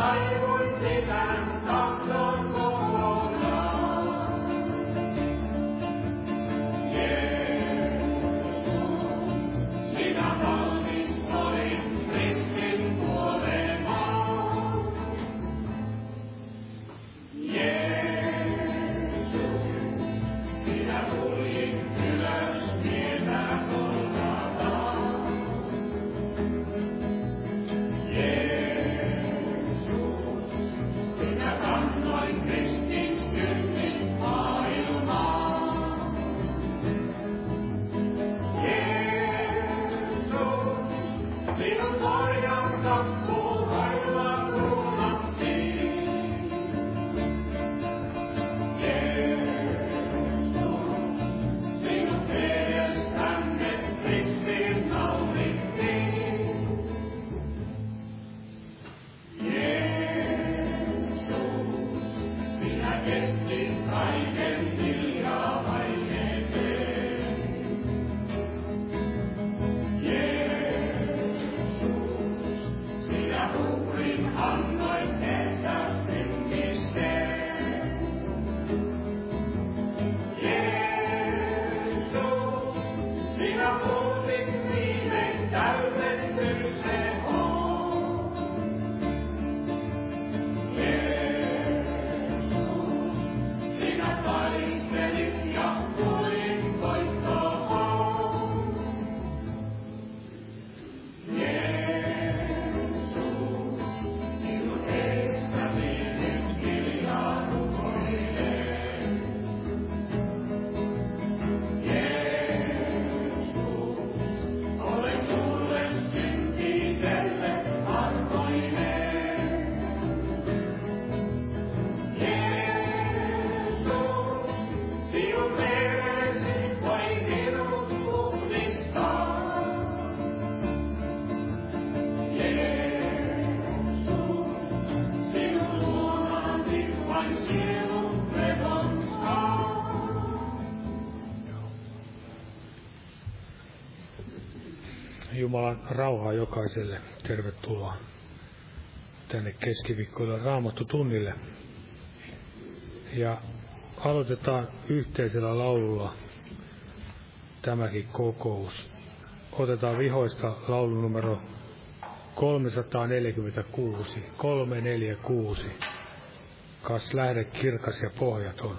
Jumalan rauhaa jokaiselle. Tervetuloa tänne keskiviikkoilla Raamattutunnille. Ja aloitetaan yhteisellä laululla tämäkin kokous. Otetaan vihoista laulu numero 346. 346. Kas lähde kirkas ja pohjaton.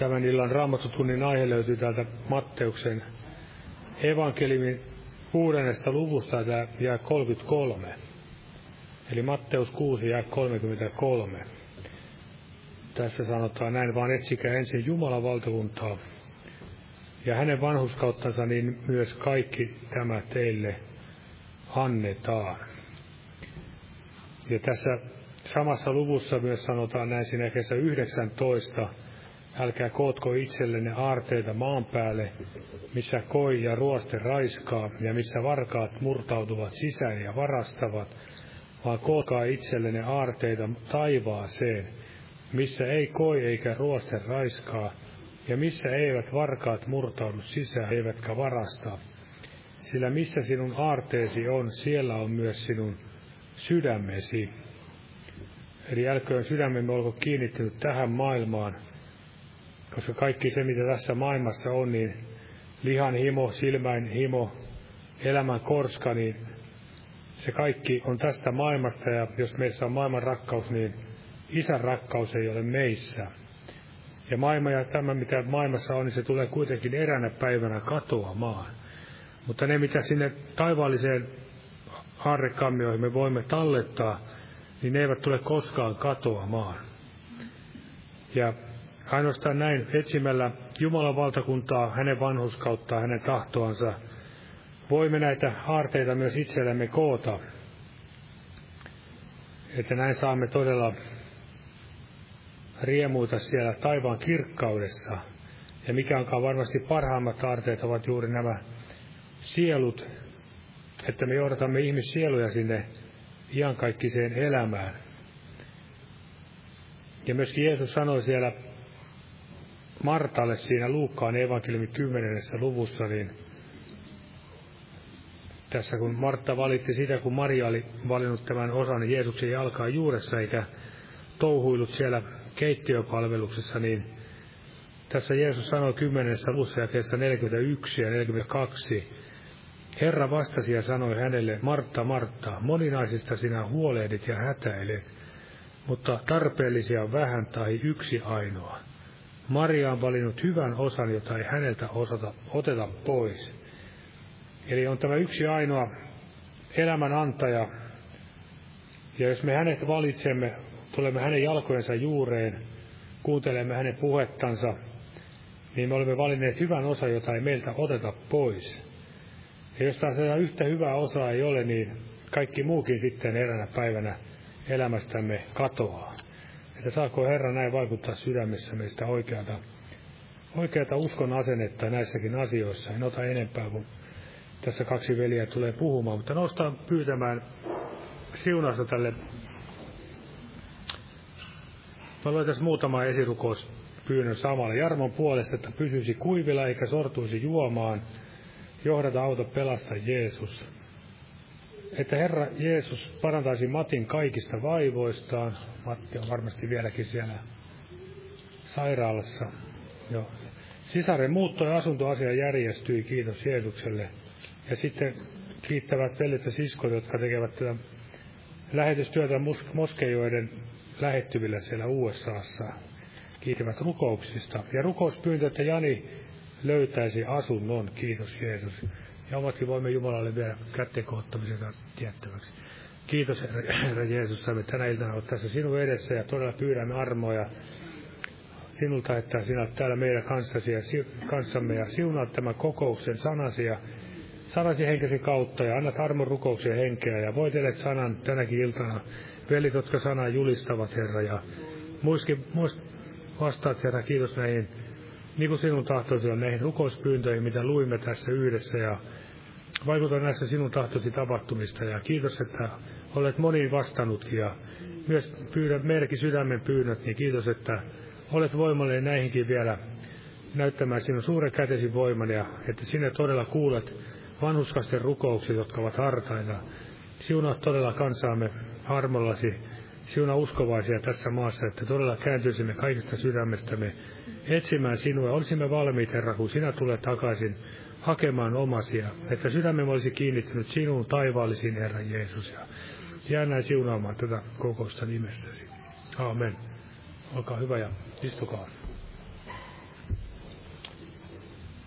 Tämän illan Raamattutunnin aihe löytyy täältä Matteuksen evankeliumin 6. luvusta ja 33. Eli Matteus 6 ja 33. Tässä sanotaan näin, vaan etsikää ensin Jumalan valtakuntaa ja hänen vanhurskauttansa, niin myös kaikki tämä teille annetaan. Ja tässä samassa luvussa myös sanotaan näin siinä kesä 19, älkää kootko itsellenne aarteita maan päälle, missä koi ja ruoste raiskaa ja missä varkaat murtautuvat sisään ja varastavat, vaan kootkaa itsellenne aarteita taivaaseen, missä ei koi eikä ruoste raiskaa ja missä eivät varkaat murtaudu sisään eivätkä varasta. Sillä missä sinun aarteesi on, siellä on myös sinun sydämesi. Eli älköön sydämemme olko kiinnittynyt tähän maailmaan, koska kaikki se, mitä tässä maailmassa on, niin lihan himo, silmäin himo, elämän korska, niin se kaikki on tästä maailmasta, ja jos meissä on maailman rakkaus, niin Isän rakkaus ei ole meissä. Ja maailma ja tämä, mitä maailmassa on, niin se tulee kuitenkin eräänä päivänä katoamaan. Mutta ne, mitä sinne taivaalliseen aarrekammioihin me voimme tallettaa, niin ne eivät tule koskaan katoamaan. Ja ainoastaan näin etsimällä Jumalan valtakuntaa, hänen vanhurskauttaan, hänen tahtoansa, voimme näitä aarteita myös itsellemme koota. Että näin saamme todella riemuita siellä taivaan kirkkaudessa. Ja mikä onkaan varmasti parhaimmat aarteet ovat juuri nämä sielut, että me johdatamme ihmissieluja sinne iankaikkiseen elämään. Ja myöskin Jeesus sanoi siellä Martalle siinä Luukkaan evankeliumin 10. luvussa, niin tässä kun Martta valitti sitä, kun Maria oli valinnut tämän osan Jeesuksen jalkaan juuressa eikä touhuillut siellä keittiöpalveluksessa, niin tässä Jeesus sanoi 10. luvussa jakeessa 41 ja 42, Herra vastasi ja sanoi hänelle, Martta, Martta, moninaisista sinä huolehdit ja hätäilet, mutta tarpeellisia on vähän tai yksi ainoa. Maria on valinnut hyvän osan, jota ei häneltä oteta pois. Eli on tämä yksi ainoa elämän antaja, ja jos me hänet valitsemme, tulemme hänen jalkojensa juureen, kuuntelemme hänen puhettansa, niin me olemme valinneet hyvän osan, jota ei meiltä oteta pois. Ja jos taas yhtä hyvää osaa ei ole, niin kaikki muukin sitten eräänä päivänä elämästämme katoaa. Että saako Herra näin vaikuttaa sydämessämme sitä oikeata uskon asennetta näissäkin asioissa. En ota enempää, kun tässä kaksi veljeä tulee puhumaan, mutta nostan pyytämään siunausta tälle. Mä luen tässä muutama esirukouspyynnön samalla. Jarmon puolesta, että pysyisi kuivilla eikä sortuisi juomaan. Johdata, auta, pelasta Jeesus. Että Herra Jeesus parantaisi Matin kaikista vaivoistaan. Matti on varmasti vieläkin siellä sairaalassa. Jo. Sisaren muutto- ja asuntoasia järjestyi, kiitos Jeesukselle. Ja sitten kiittävät veljet ja siskot, jotka tekevät tätä lähetystyötä moskeijoiden lähettyvillä siellä USAssa. Kiittävät rukouksista. Ja rukouspyyntö, että Jani löytäisi asunnon, kiitos Jeesus. Ja omatkin voimme Jumalalle vielä kätten kohottamisen tiettäväksi. Kiitos Herra Jeesus, saamme tänä iltana olla tässä sinun edessä ja todella pyydämme armoja sinulta, että sinä olet täällä meidän kanssamme ja siunaat tämän kokouksen sanasi henkesi kautta ja annat armon rukouksen henkeä ja voitelet sanan tänäkin iltana. Velit, jotka sanaa julistavat, Herra, ja vastaat, Herra, kiitos näihin, niin kuin sinun tahtoisi on näihin rukouspyyntöihin, mitä luimme tässä yhdessä, ja vaikuta näissä sinun tahtosi tapahtumista, ja kiitos, että olet moniin vastannutkin, ja myös pyydä merki sydämen pyynnöt, niin kiitos, että olet voimallinen näihinkin vielä näyttämään sinun suuren kätesi voiman, ja että sinä todella kuulet vanhuskasten rukoukset, jotka ovat hartaita. Siunaa todella kansaamme armollasi, siunaa uskovaisia tässä maassa, että todella kääntyisimme kaikista sydämestämme etsimään sinua. Olisimme valmiit, Herra, kun sinä tulet takaisin hakemaan omasia, että sydämemme olisi kiinnittynyt sinuun taivaallisiin, Herra Jeesus. Ja jää näin siunaamaan tätä kokousta nimessäsi. Aamen. Olkaa hyvä ja istukaa.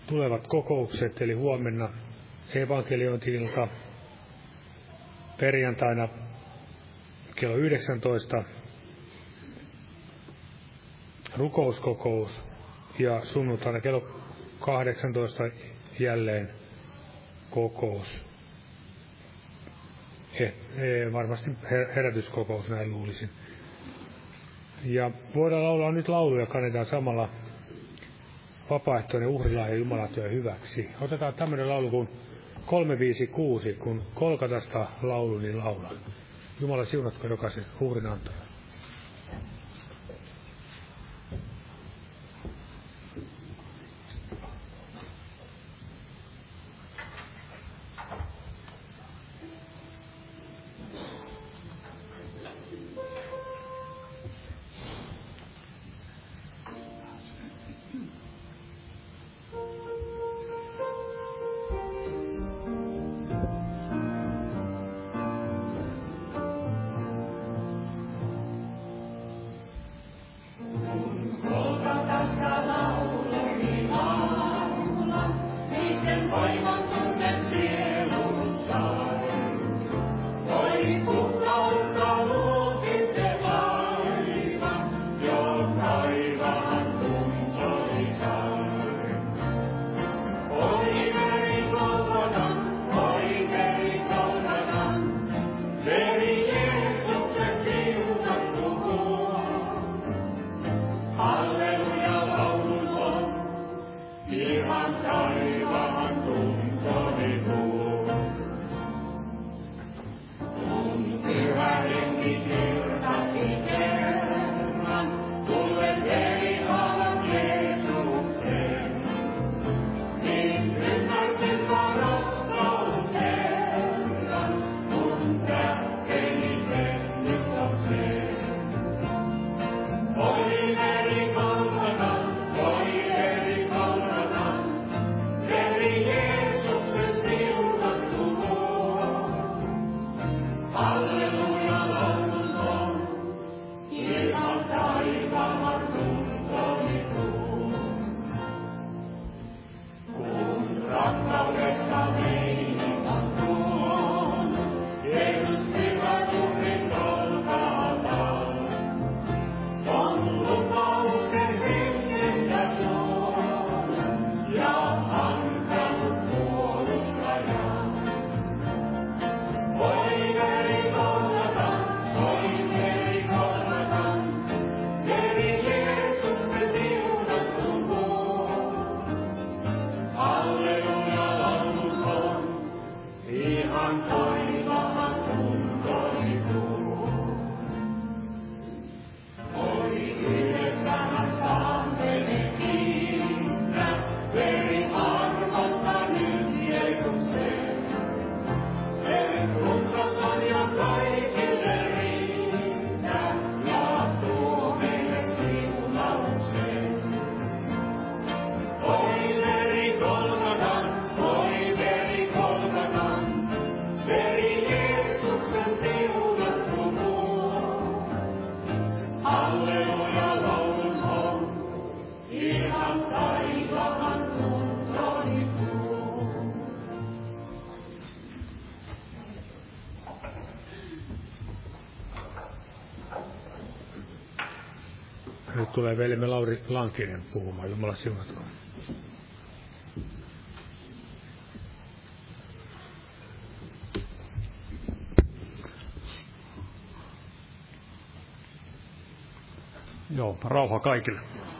tulevat kokoukset, eli huomenna evankeliointi-ilta, perjantaina kello 19 rukouskokous ja sunnuntaina kello 18 jälleen kokous. Varmasti herätyskokous, näin luulisin. Ja voidaan laulaa nyt lauluja, kannetaan samalla vapaaehtoinen uhrilahja Jumalatyön hyväksi. Otetaan tämmöinen laulu kuin 356, kun Kolkatasta laulu, niin laula. Jumala siunatko jokaisen uhrin antajan. Nyt tulee veljemme Lauri Lankinen puhumaan. Jumala siunatkoon. Joo, rauha kaikille.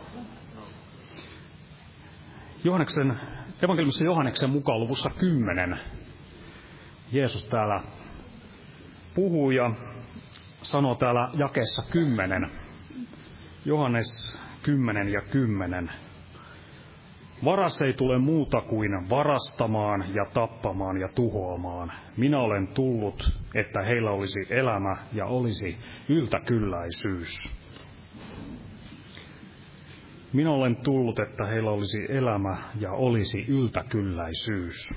Evankeliumissa Johanneksen mukaan luvussa 10. Jeesus täällä puhuu ja sanoo täällä jakeessa 10. Johannes 10 ja 10. Varas ei tule muuta kuin varastamaan ja tappamaan ja tuhoamaan. Minä olen tullut, että heillä olisi elämä ja olisi yltäkylläisyys. Minä olen tullut, että heillä olisi elämä ja olisi yltäkylläisyys.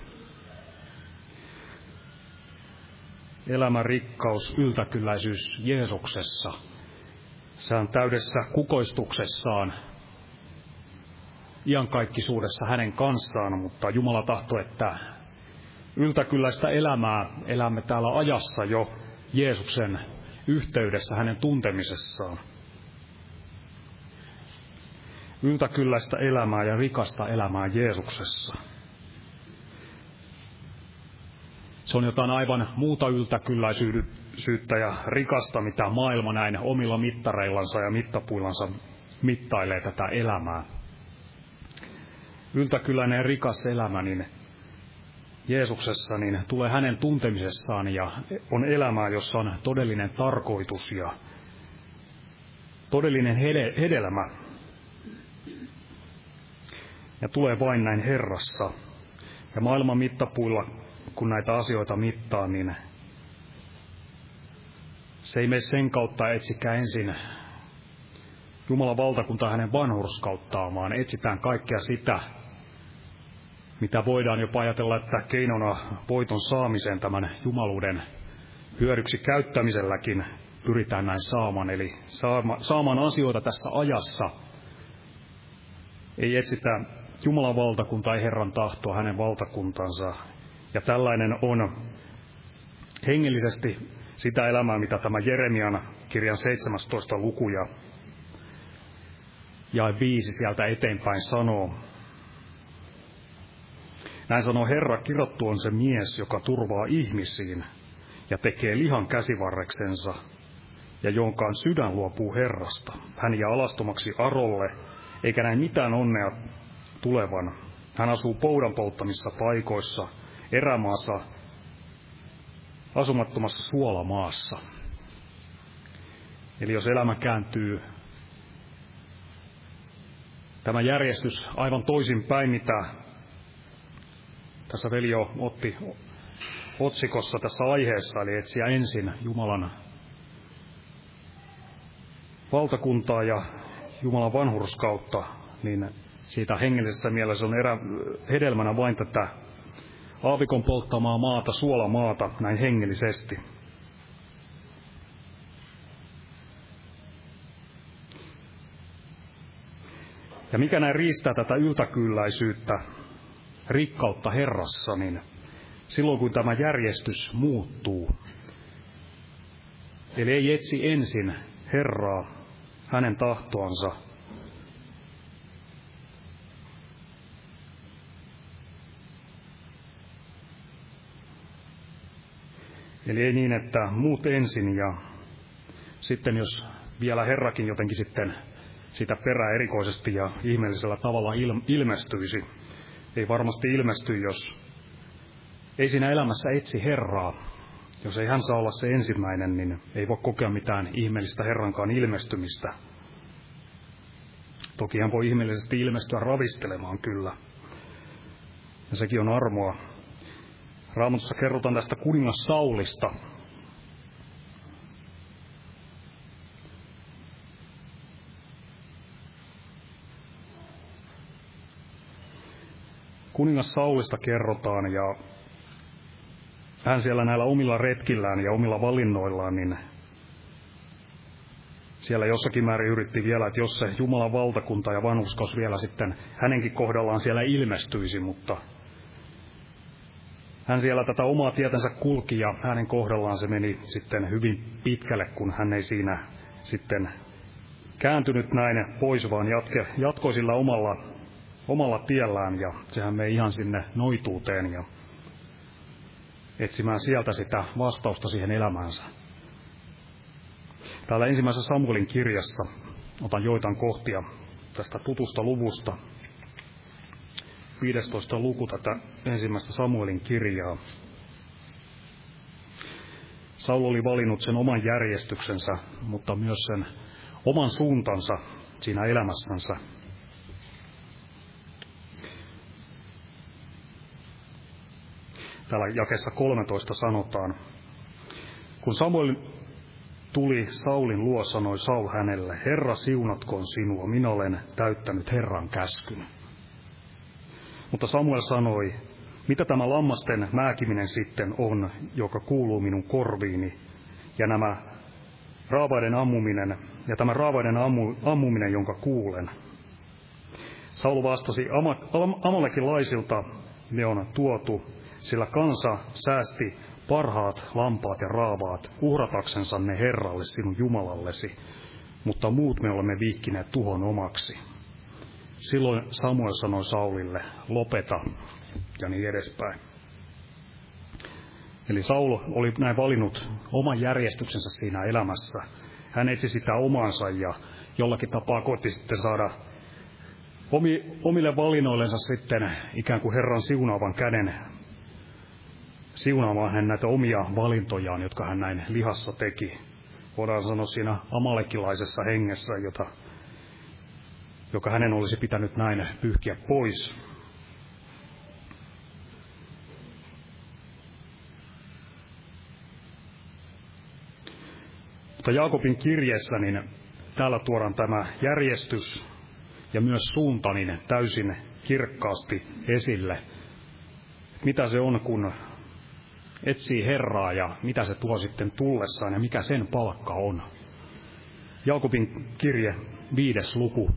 Elämä, rikkaus, yltäkylläisyys Jeesuksessa. Se on täydessä kukoistuksessaan. iankaikkisuudessa hänen kanssaan, mutta Jumala tahtoi, että yltäkylläistä elämää elämme täällä ajassa jo Jeesuksen yhteydessä hänen tuntemisessaan. Yltäkylläistä elämää ja rikasta elämää Jeesuksessa. Se on jotain aivan muuta yltäkylläisyyttä ja rikasta, mitä maailma näin omilla mittareillansa ja mittapuillansa mittailee tätä elämää. Yltäkylläinen ja rikas elämä, niin Jeesuksessa niin tulee hänen tuntemisessaan ja on elämää, jossa on todellinen tarkoitus ja todellinen hedelmä. Ja tulee vain näin Herrassa. Ja maailman mittapuilla, kun näitä asioita mittaa, niin se ei mene sen kautta, etsikää ensin Jumalan valtakuntaa hänen vanhurskauttaan, vaan etsitään kaikkea sitä, mitä voidaan jopa ajatella, että keinona voiton saamiseen tämän jumaluuden hyödyksi käyttämiselläkin pyritään näin saamaan. Eli saamaan asioita tässä ajassa. Ei etsitä Jumalan valtakuntaa, ei Herran tahtoa, hänen valtakuntansa. Ja tällainen on hengellisesti sitä elämää, mitä tämä Jeremian kirjan 17 luku ja 5 sieltä eteenpäin sanoo. Näin sanoo Herra, kirottu on se mies, joka turvaa ihmisiin ja tekee lihan käsivarreksensa, ja jonkaan sydän luopuu Herrasta. Hän jää alastomaksi arolle, eikä näin mitään onnea tulevan. Hän asuu poudan polttamissa paikoissa, erämaassa, asumattomassa suolamaassa. Eli jos elämä kääntyy tämä järjestys aivan toisinpäin, mitä tässä veli jo otti otsikossa tässä aiheessa, eli etsiä ensin Jumalan valtakuntaa ja Jumalan vanhurskautta, niin siitä hengellisessä mielessä on hedelmänä vain tätä aavikon polttamaa maata, suolamaata, näin hengellisesti. Ja mikä näin riistää tätä yltäkylläisyyttä, rikkautta Herrassa, niin silloin kun tämä järjestys muuttuu, eli ei etsi ensin Herraa, hänen tahtoansa, eli ei niin, että muut ensin ja sitten jos vielä Herrakin jotenkin sitten sitä perää erikoisesti ja ihmeellisellä tavalla ilmestyisi. Ei varmasti ilmesty, jos ei siinä elämässä etsi Herraa. Jos ei hän saa olla se ensimmäinen, niin ei voi kokea mitään ihmeellistä Herrankaan ilmestymistä. Toki hän voi ihmeellisesti ilmestyä ravistelemaan kyllä. Ja sekin on armoa. Raamatussa kerrotaan tästä kuningas Saulista. Kuningas Saulista kerrotaan ja hän siellä näillä omilla retkillään ja omilla valinnoillaan, niin siellä jossakin määrin yritti vielä, että jos se Jumalan valtakunta ja vanhurskaus vielä sitten hänenkin kohdallaan siellä ilmestyisi, mutta hän siellä tätä omaa tietänsä kulki ja hänen kohdallaan se meni sitten hyvin pitkälle, kun hän ei siinä sitten kääntynyt näin pois, vaan jatkoi sillä omalla tiellään ja sehän meni ihan sinne noituuteen ja etsimään sieltä sitä vastausta siihen elämäänsä. Täällä ensimmäisessä Samuelin kirjassa otan joitain kohtia tästä tutusta luvusta. 15. luku tätä ensimmäistä Samuelin kirjaa. Saul oli valinnut sen oman järjestyksensä, mutta myös sen oman suuntansa siinä elämässänsä. Täällä jakeessa 13 sanotaan, kun Samuel tuli Saulin luo, sanoi Saul hänelle, Herra siunatkoon sinua, minä olen täyttänyt Herran käskyn. Mutta Samuel sanoi, mitä tämä lammasten määkiminen sitten on, joka kuuluu minun korviini, ja tämä raavaiden ammuminen, jonka kuulen. Saul vastasi, amalekilaisilta ne on tuotu, sillä kansa säästi parhaat lampaat ja raavaat uhrataksensa ne Herralle sinun Jumalallesi, mutta muut me olemme viikkineet tuhon omaksi. Silloin Samuel sanoi Saulille, lopeta, ja niin edespäin. Eli Saul oli näin valinnut oman järjestyksensä siinä elämässä. Hän etsi sitä omansa ja jollakin tapaa koitti sitten saada omille valinnoillensa sitten ikään kuin Herran siunaavan käden siunaamaan hän näitä omia valintojaan, jotka hän näin lihassa teki. Voidaan sanoa siinä amalekilaisessa hengessä, joka hänen olisi pitänyt näin pyyhkiä pois. Mutta Jaakobin kirjeessä niin täällä tuodaan tämä järjestys ja myös suunta niin täysin kirkkaasti esille. Mitä se on, kun etsii Herraa ja mitä se tuo sitten tullessaan ja mikä sen palkka on. Jaakobin kirje 5. luku.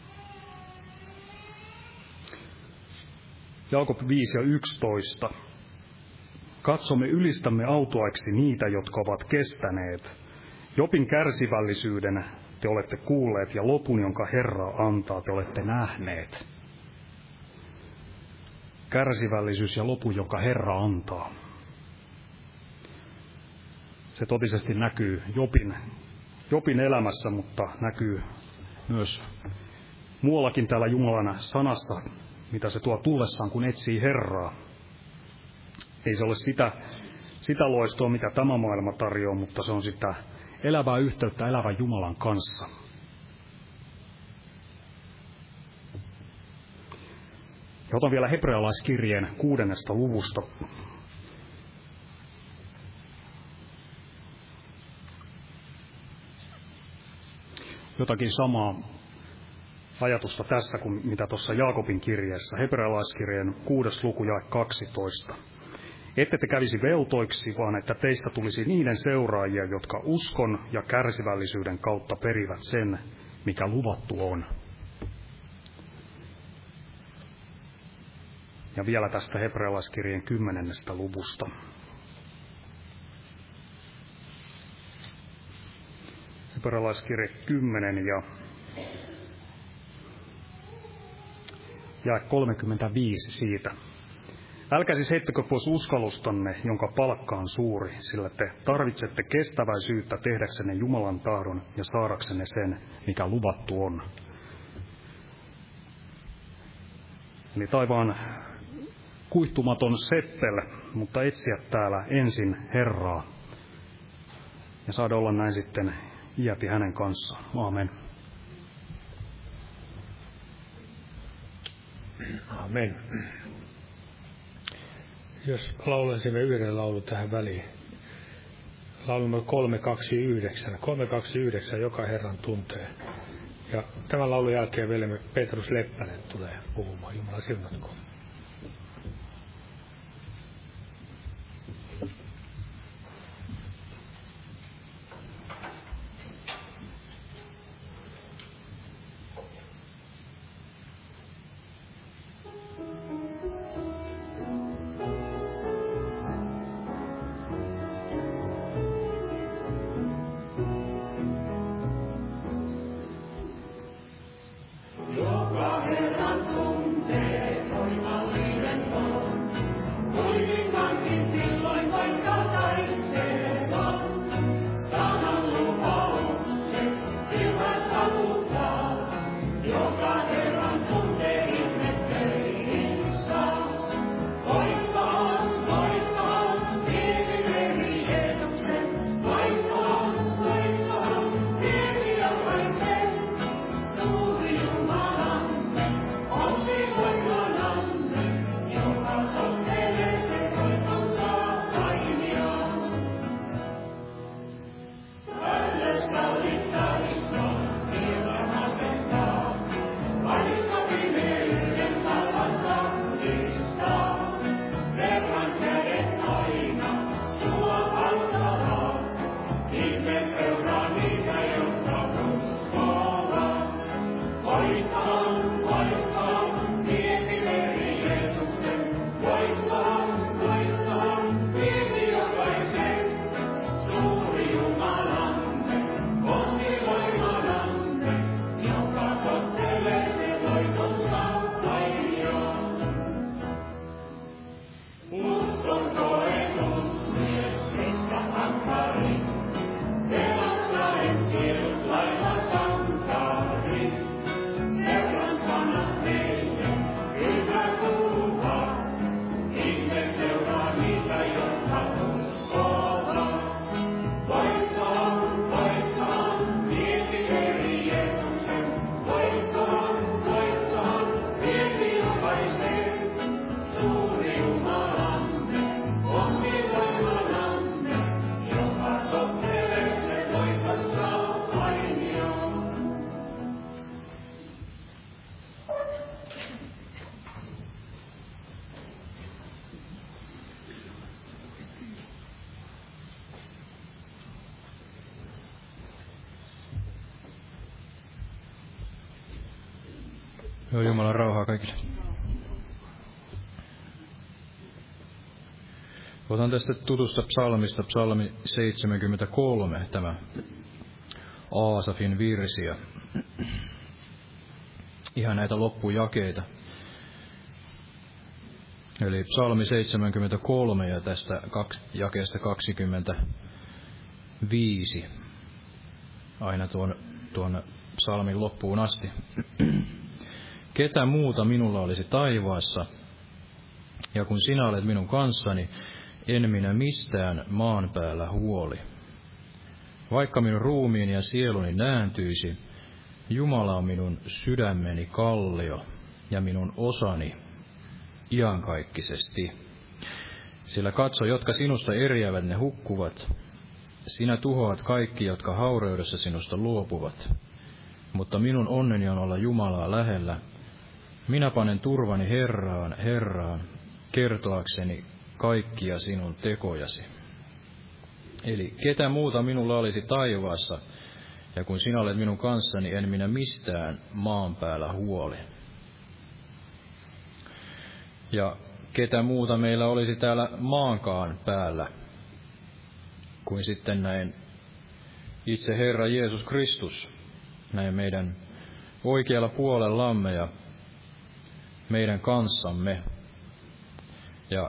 Jaakob 5 ja 11. Katsomme ylistämme autuaiksi niitä, jotka ovat kestäneet. Jobin kärsivällisyyden te olette kuulleet ja lopun, jonka Herra antaa, te olette nähneet. Kärsivällisyys ja lopu, jonka Herra antaa. Se totisesti näkyy Jobin elämässä, mutta näkyy myös muuallakin täällä Jumalan sanassa, mitä se tuo tullessaan, kun etsii Herraa. Ei se ole sitä loistoa, mitä tämä maailma tarjoaa, mutta se on sitä elävää yhteyttä elävän Jumalan kanssa. Ja otan vielä hebrealaiskirjeen 6. luvusta. Jotakin samaa ajatusta tässä kuin mitä tuossa Jaakobin kirjeessä. Hebrealaiskirjeen 6. luku jae 12. Ette te kävisi veltoiksi, vaan että teistä tulisi niiden seuraajia, jotka uskon ja kärsivällisyyden kautta perivät sen, mikä luvattu on. Ja vielä tästä hebrealaiskirjeen 10. luvusta. Hebrealaiskirje 10 ja 35 siitä. Älkää siis heittäkö pois uskallustanne, jonka palkka on suuri, sillä te tarvitsette kestäväisyyttä tehdäksenne Jumalan tahdon ja saadaksenne sen, mikä luvattu on. Eli taivaan kuihtumaton seppel, mutta etsiä täällä ensin Herraa ja saada olla näin sitten iäti hänen kanssaan. Aamen. Amen. Jos laulaisimme yhden laulun tähän väliin. Laulumme 329. 329 joka Herran tuntee. Ja tämän laulun jälkeen veljemme Petrus Leppänen tulee puhumaan. Jumala siunatkoon. Voitaan, Joo, Jumalan rauhaa kaikille. Otan tästä tutusta psalmista, psalmi 73, tämä Aasafin virsiä. Ihan näitä loppujakeita. Eli psalmi 73 ja tästä jakeesta 25. Aina tuon psalmin loppuun asti. Ketä muuta minulla olisi taivaassa, ja kun sinä olet minun kanssani, en minä mistään maan päällä huoli. Vaikka minun ruumiini ja sieluni nääntyisi, Jumala on minun sydämeni kallio ja minun osani iankaikkisesti. Sillä katso, jotka sinusta eriävät, ne hukkuvat. Sinä tuhoat kaikki, jotka haureudessa sinusta luopuvat. Mutta minun onneni on olla Jumalaa lähellä. Minä panen turvani Herraan, kertoakseni kaikkia sinun tekojasi. Eli ketä muuta minulla olisi taivaassa, ja kun sinä olet minun kanssani, en minä mistään maan päällä huoli. Ja ketä muuta meillä olisi täällä maankaan päällä, kuin sitten näin itse Herra Jeesus Kristus, näin meidän oikealla puolellamme ja meidän kanssamme. Ja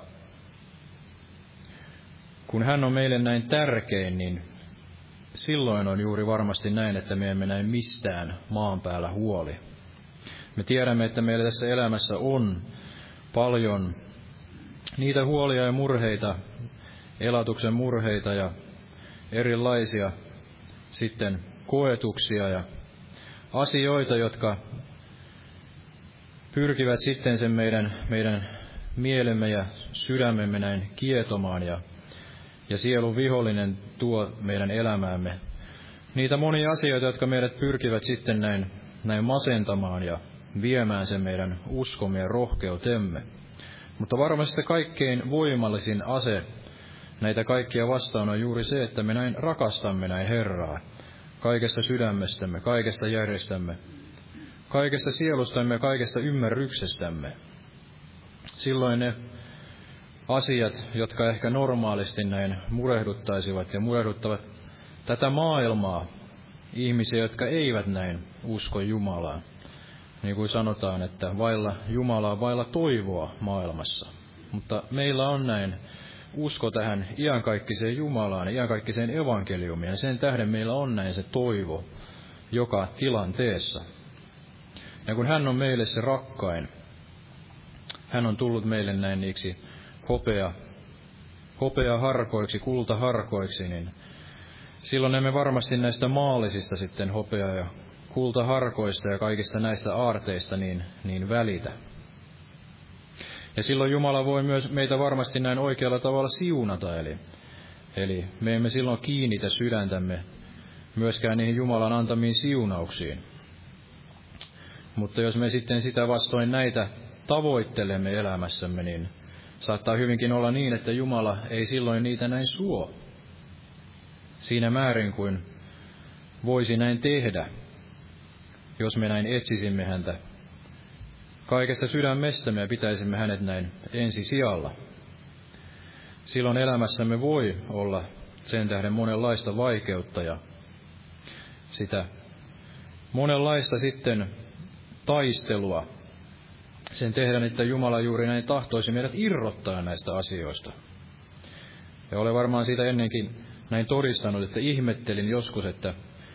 kun hän on meille näin tärkein, niin silloin on juuri varmasti näin, että me emme näin mistään maan päällä huoli. Me tiedämme, että meillä tässä elämässä on paljon niitä huolia ja murheita, elatuksen murheita ja erilaisia sitten koetuksia ja asioita, jotka pyrkivät sitten sen meidän mielemme ja sydämemme näin kietomaan ja sielun vihollinen tuo meidän elämäämme niitä monia asioita, jotka meidät pyrkivät sitten näin masentamaan ja viemään sen meidän uskomme ja rohkeutemme. Mutta varmasti se kaikkein voimallisin ase näitä kaikkia vastaan on juuri se, että me näin rakastamme näin Herraa kaikesta sydämestämme, kaikesta järjestämme, kaikesta sielustamme ja kaikesta ymmärryksestämme. Silloin ne asiat, jotka ehkä normaalisti näin murehduttaisivat ja murehduttavat tätä maailmaa, ihmisiä, jotka eivät näin usko Jumalaa. Niin kuin sanotaan, että vailla Jumalaa, vailla toivoa maailmassa. Mutta meillä on näin usko tähän iankaikkiseen Jumalaan, iankaikkiseen evankeliumiin, ja sen tähden meillä on näin se toivo joka tilanteessa. Ja kun hän on meille se rakkain, hän on tullut meille näin niiksi hopeaharkoiksi, kultaharkoiksi, niin silloin emme varmasti näistä maallisista sitten hopea- ja kultaharkoista ja kaikista näistä aarteista niin välitä. Ja silloin Jumala voi myös meitä varmasti näin oikealla tavalla siunata, eli me emme silloin kiinnitä sydäntämme myöskään niihin Jumalan antamiin siunauksiin. Mutta jos me sitten sitä vastoin näitä tavoittelemme elämässämme, niin saattaa hyvinkin olla niin, että Jumala ei silloin niitä näin suo siinä määrin kuin voisi näin tehdä, jos me näin etsisimme häntä kaikesta sydämestämme ja pitäisimme hänet näin ensisijalla. Silloin elämässämme voi olla sen tähden monenlaista vaikeutta ja sitä monenlaista sitten taistelua sen tehdä, että Jumala juuri näin tahtoisi meidät irrottaa näistä asioista. Ja olen varmaan siitä ennenkin näin todistanut, että ihmettelin joskus, että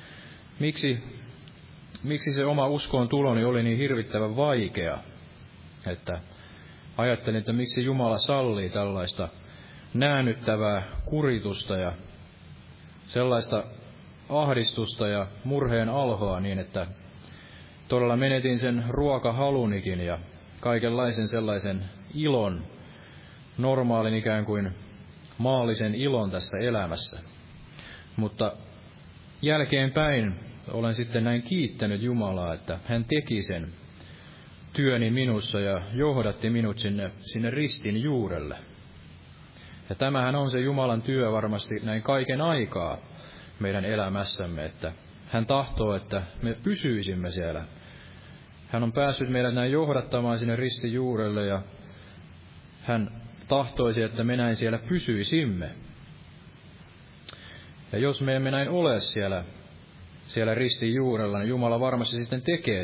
miksi se oma uskoon tuloni oli niin hirvittävän vaikea. Että ajattelin, että miksi Jumala sallii tällaista näännyttävää kuritusta ja sellaista ahdistusta ja murheen alhoa niin, että todella menetin sen ruokahalunikin ja kaikenlaisen sellaisen ilon, normaalin ikään kuin maallisen ilon tässä elämässä. Mutta jälkeenpäin olen sitten näin kiittänyt Jumalaa, että hän teki sen työni minussa ja johdatti minut sinne ristin juurelle. Ja tämähän on se Jumalan työ varmasti näin kaiken aikaa meidän elämässämme, että hän tahtoo, että me pysyisimme siellä Hän on päässyt meidät näin johdattamaan sinne ristin juurelle ja hän tahtoisi, että me näin siellä pysyisimme. Ja jos me emme näin ole siellä ristin juurella, niin Jumala varmasti sitten tekee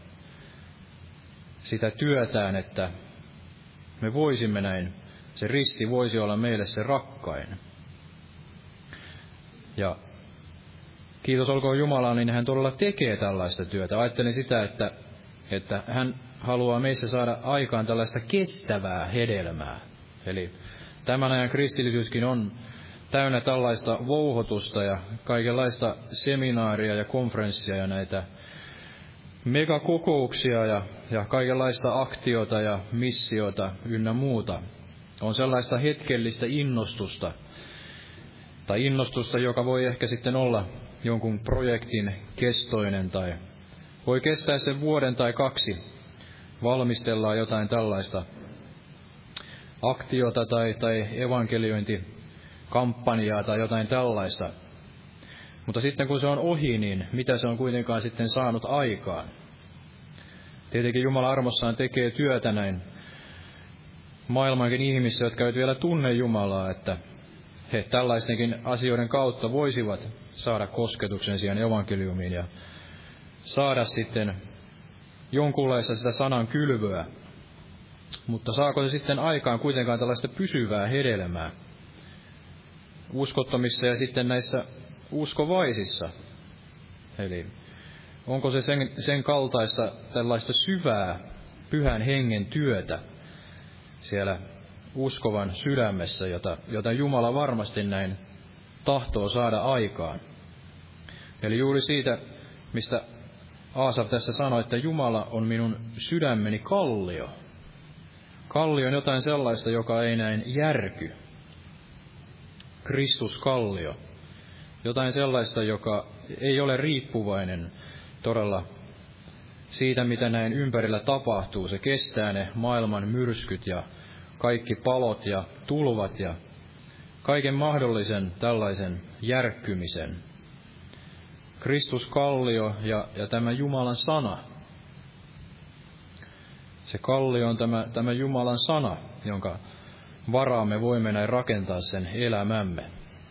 sitä työtään, että me voisimme näin, se risti voisi olla meille se rakkain. Ja kiitos olkoon Jumalaan, niin hän todella tekee tällaista työtä. Ajattelin sitä, että hän haluaa meissä saada aikaan tällaista kestävää hedelmää. Eli tämän ajan kristillisyyskin on täynnä tällaista vouhotusta ja kaikenlaista seminaaria ja konferenssia ja näitä megakokouksia ja kaikenlaista aktiota ja missiota ynnä muuta. On sellaista hetkellistä innostusta, tai innostusta, joka voi ehkä sitten olla jonkun projektin kestoinen, tai voi kestää sen vuoden tai 2, valmistellaan jotain tällaista aktiota tai evankeliointikampanjaa tai jotain tällaista. Mutta sitten kun se on ohi, niin mitä se on kuitenkaan sitten saanut aikaan? Tietenkin Jumala armossaan tekee työtä näin maailmankin ihmisissä, jotka eivät vielä tunne Jumalaa, että he tällaistenkin asioiden kautta voisivat saada kosketuksen siihen evankeliumiin ja saada sitten jonkunlaista sitä sanan kylvöä. Mutta saako se sitten aikaan kuitenkaan tällaista pysyvää hedelmää uskottomissa ja sitten näissä uskovaisissa? Eli onko se sen kaltaista tällaista syvää pyhän hengen työtä siellä uskovan sydämessä, jota Jumala varmasti näin tahtoo saada aikaan. Eli juuri siitä, mistä Aasaf tässä sanoi, että Jumala on minun sydämeni kallio. Kallio on jotain sellaista, joka ei näin järky. Kristuskallio. Jotain sellaista, joka ei ole riippuvainen todella siitä, mitä näin ympärillä tapahtuu. Se kestää ne maailman myrskyt ja kaikki palot ja tulvat ja kaiken mahdollisen tällaisen järkkymisen. Kristuskallio ja tämä Jumalan sana. Se kallio on tämä Jumalan sana, jonka varaan me voimme näin rakentaa sen elämämme.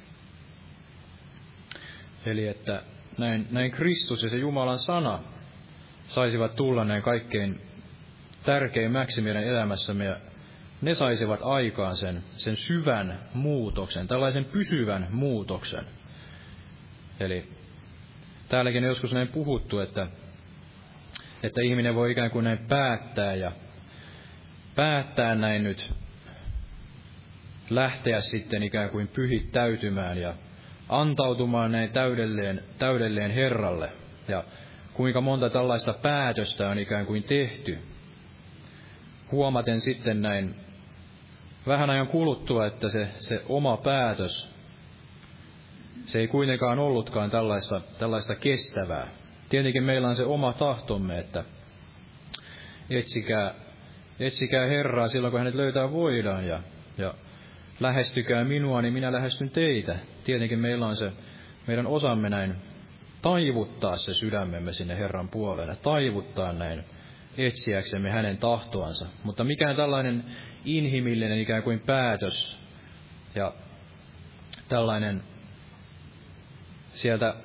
Eli että näin Kristus ja se Jumalan sana saisivat tulla näin kaikkein tärkeimmäksi meidän elämässämme ja ne saisivat aikaan sen syvän muutoksen, tällaisen pysyvän muutoksen. Eli täälläkin on joskus näin puhuttu, että ihminen voi ikään kuin näin päättää näin nyt lähteä sitten ikään kuin pyhittäytymään ja antautumaan näin täydelleen Herralle. Ja kuinka monta tällaista päätöstä on ikään kuin tehty. Huomaten sitten näin vähän ajan kuluttua, että se oma päätös, se ei kuitenkaan ollutkaan tällaista kestävää. Tietenkin meillä on se oma tahtomme, että etsikää Herraa silloin, kun hänet löytää voidaan, ja lähestykää minua, niin minä lähestyn teitä. Tietenkin meillä on se meidän osamme näin taivuttaa se sydämemme sinne Herran puolelle, taivuttaa näin etsiäksemme hänen tahtoansa. Mutta mikään tällainen inhimillinen ikään kuin päätös ja tällainen sieltä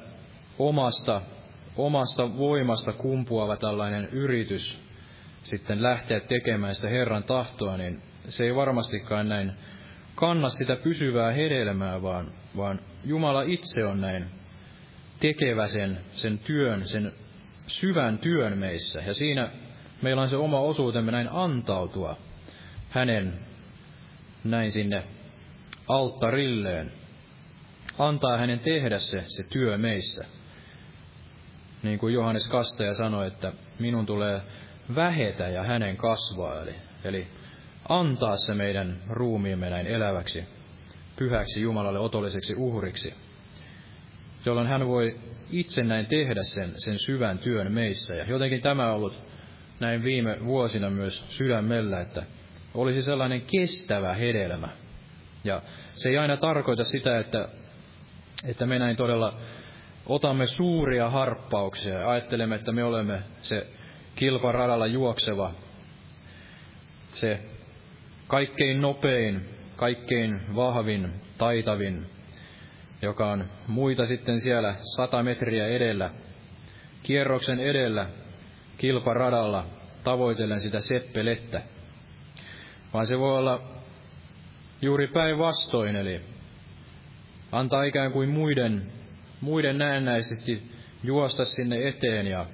omasta voimasta kumpuava tällainen yritys sitten lähteä tekemään sitä Herran tahtoa, niin se ei varmastikaan näin kanna sitä pysyvää hedelmää, vaan Jumala itse on näin tekevä sen työn, sen syvän työn meissä. Ja siinä meillä on se oma osuutemme näin antautua hänen näin sinne alttarilleen. Antaa hänen tehdä se työ meissä. Niin kuin Johannes Kastaja sanoi, että minun tulee vähetä ja hänen kasvaa. Eli antaa se meidän ruumiimme näin eläväksi, pyhäksi Jumalalle otolliseksi uhriksi, jolloin hän voi itse näin tehdä sen syvän työn meissä. Ja jotenkin tämä on ollut näin viime vuosina myös sydämellä, että olisi sellainen kestävä hedelmä. Ja se ei aina tarkoita sitä, että me näin todella otamme suuria harppauksia ja ajattelemme, että me olemme se kilparadalla juokseva, se kaikkein nopein, kaikkein vahvin, taitavin, joka on muita sitten siellä 100 metriä edellä, kierroksen edellä, kilparadalla, tavoitellen sitä seppelettä. Vaan se voi olla juuri päinvastoin, eli antaa ikään kuin muiden näennäisesti juosta sinne eteen ja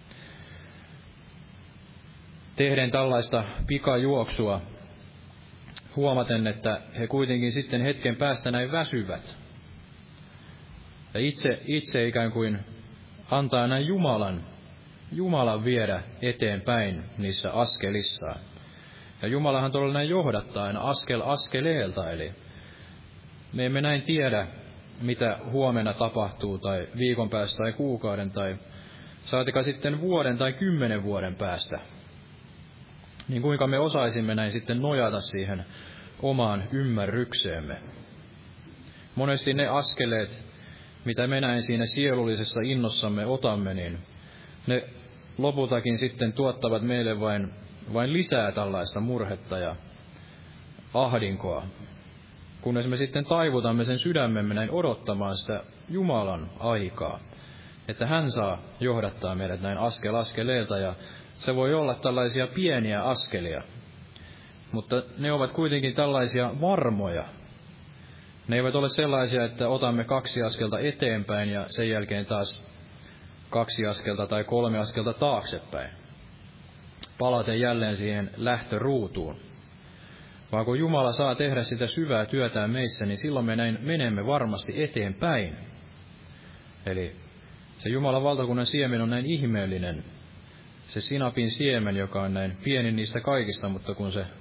tehden tällaista pikajuoksua, huomaten, että he kuitenkin sitten hetken päästä näin väsyvät. Ja itse ikään kuin antaa näin Jumalan viedä eteenpäin niissä askelissaan. Ja Jumalahan todella näin johdattaa aina askel askeleelta, eli me emme näin tiedä, mitä huomenna tapahtuu, tai viikon päästä, tai kuukauden, tai saatika sitten vuoden tai 10 vuoden päästä. Niin kuinka me osaisimme näin sitten nojata siihen omaan ymmärrykseemme. Monesti ne askeleet, mitä me näin siinä sielullisessa innossamme otamme, niin ne lopultakin sitten tuottavat meille vain lisää tällaista murhetta ja ahdinkoa. Kunnes me sitten taivutamme sen sydämemme näin odottamaan sitä Jumalan aikaa, että hän saa johdattaa meidät näin askel askeleelta, ja se voi olla tällaisia pieniä askelia, mutta ne ovat kuitenkin tällaisia varmoja. Ne eivät ole sellaisia, että otamme 2 askelta eteenpäin ja sen jälkeen taas 2 askelta tai 3 askelta taaksepäin, palaten jälleen siihen lähtöruutuun. Vaan kun Jumala saa tehdä sitä syvää työtään meissä, niin silloin me näin menemme varmasti eteenpäin. Eli se Jumalan valtakunnan siemen on näin ihmeellinen. Se sinapin siemen, joka on näin pieni niistä kaikista, mutta kun se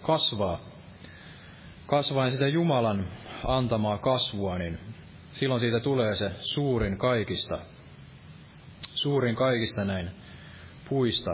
kasvaa sitä Jumalan antamaa kasvua, niin silloin siitä tulee se suurin kaikista näin puista.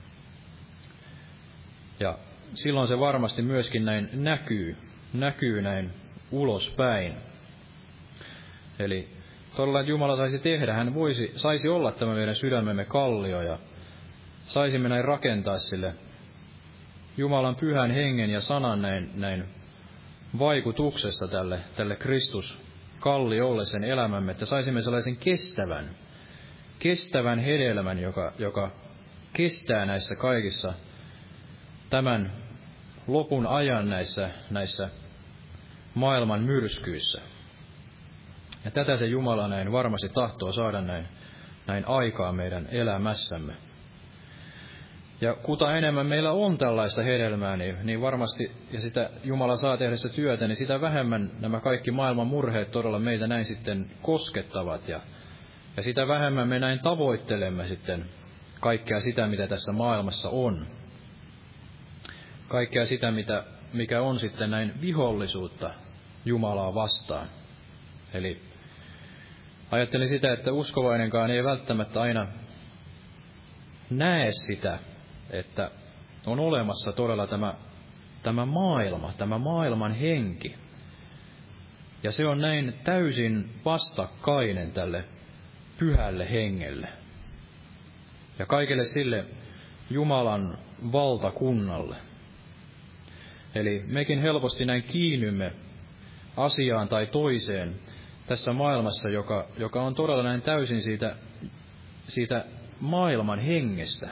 Ja silloin se varmasti myöskin näin näkyy näin ulospäin. Eli todella, että Jumala saisi tehdä, hän saisi olla tämä meidän sydämemme kallio, ja saisimme näin rakentaa sille Jumalan pyhän hengen ja sanan näin vaikutuksesta tälle Kristus kalliolle sen elämämme, että saisimme sellaisen kestävän hedelmän, joka kestää näissä kaikissa tämän lopun ajan näissä maailman myrskyissä. Ja tätä se Jumala näin varmasti tahtoo saada näin aikaa meidän elämässämme. Ja kuta enemmän meillä on tällaista hedelmää, niin varmasti, ja sitä Jumala saa tehdä sitä työtä, niin sitä vähemmän nämä kaikki maailman murheet todella meitä näin sitten koskettavat. Ja sitä vähemmän me näin tavoittelemme sitten kaikkea sitä, mitä tässä maailmassa on. Kaikkea sitä, mikä on sitten näin vihollisuutta Jumalaa vastaan. Eli ajattelin sitä, että uskovainenkaan ei välttämättä aina näe sitä, että on olemassa todella tämä maailma, tämä maailman henki. Ja se on näin täysin vastakkainen tälle pyhälle hengelle ja kaikelle sille Jumalan valtakunnalle. Eli mekin helposti näin kiinnymme asiaan tai toiseen tässä maailmassa, joka on todella näin täysin siitä maailman hengestä.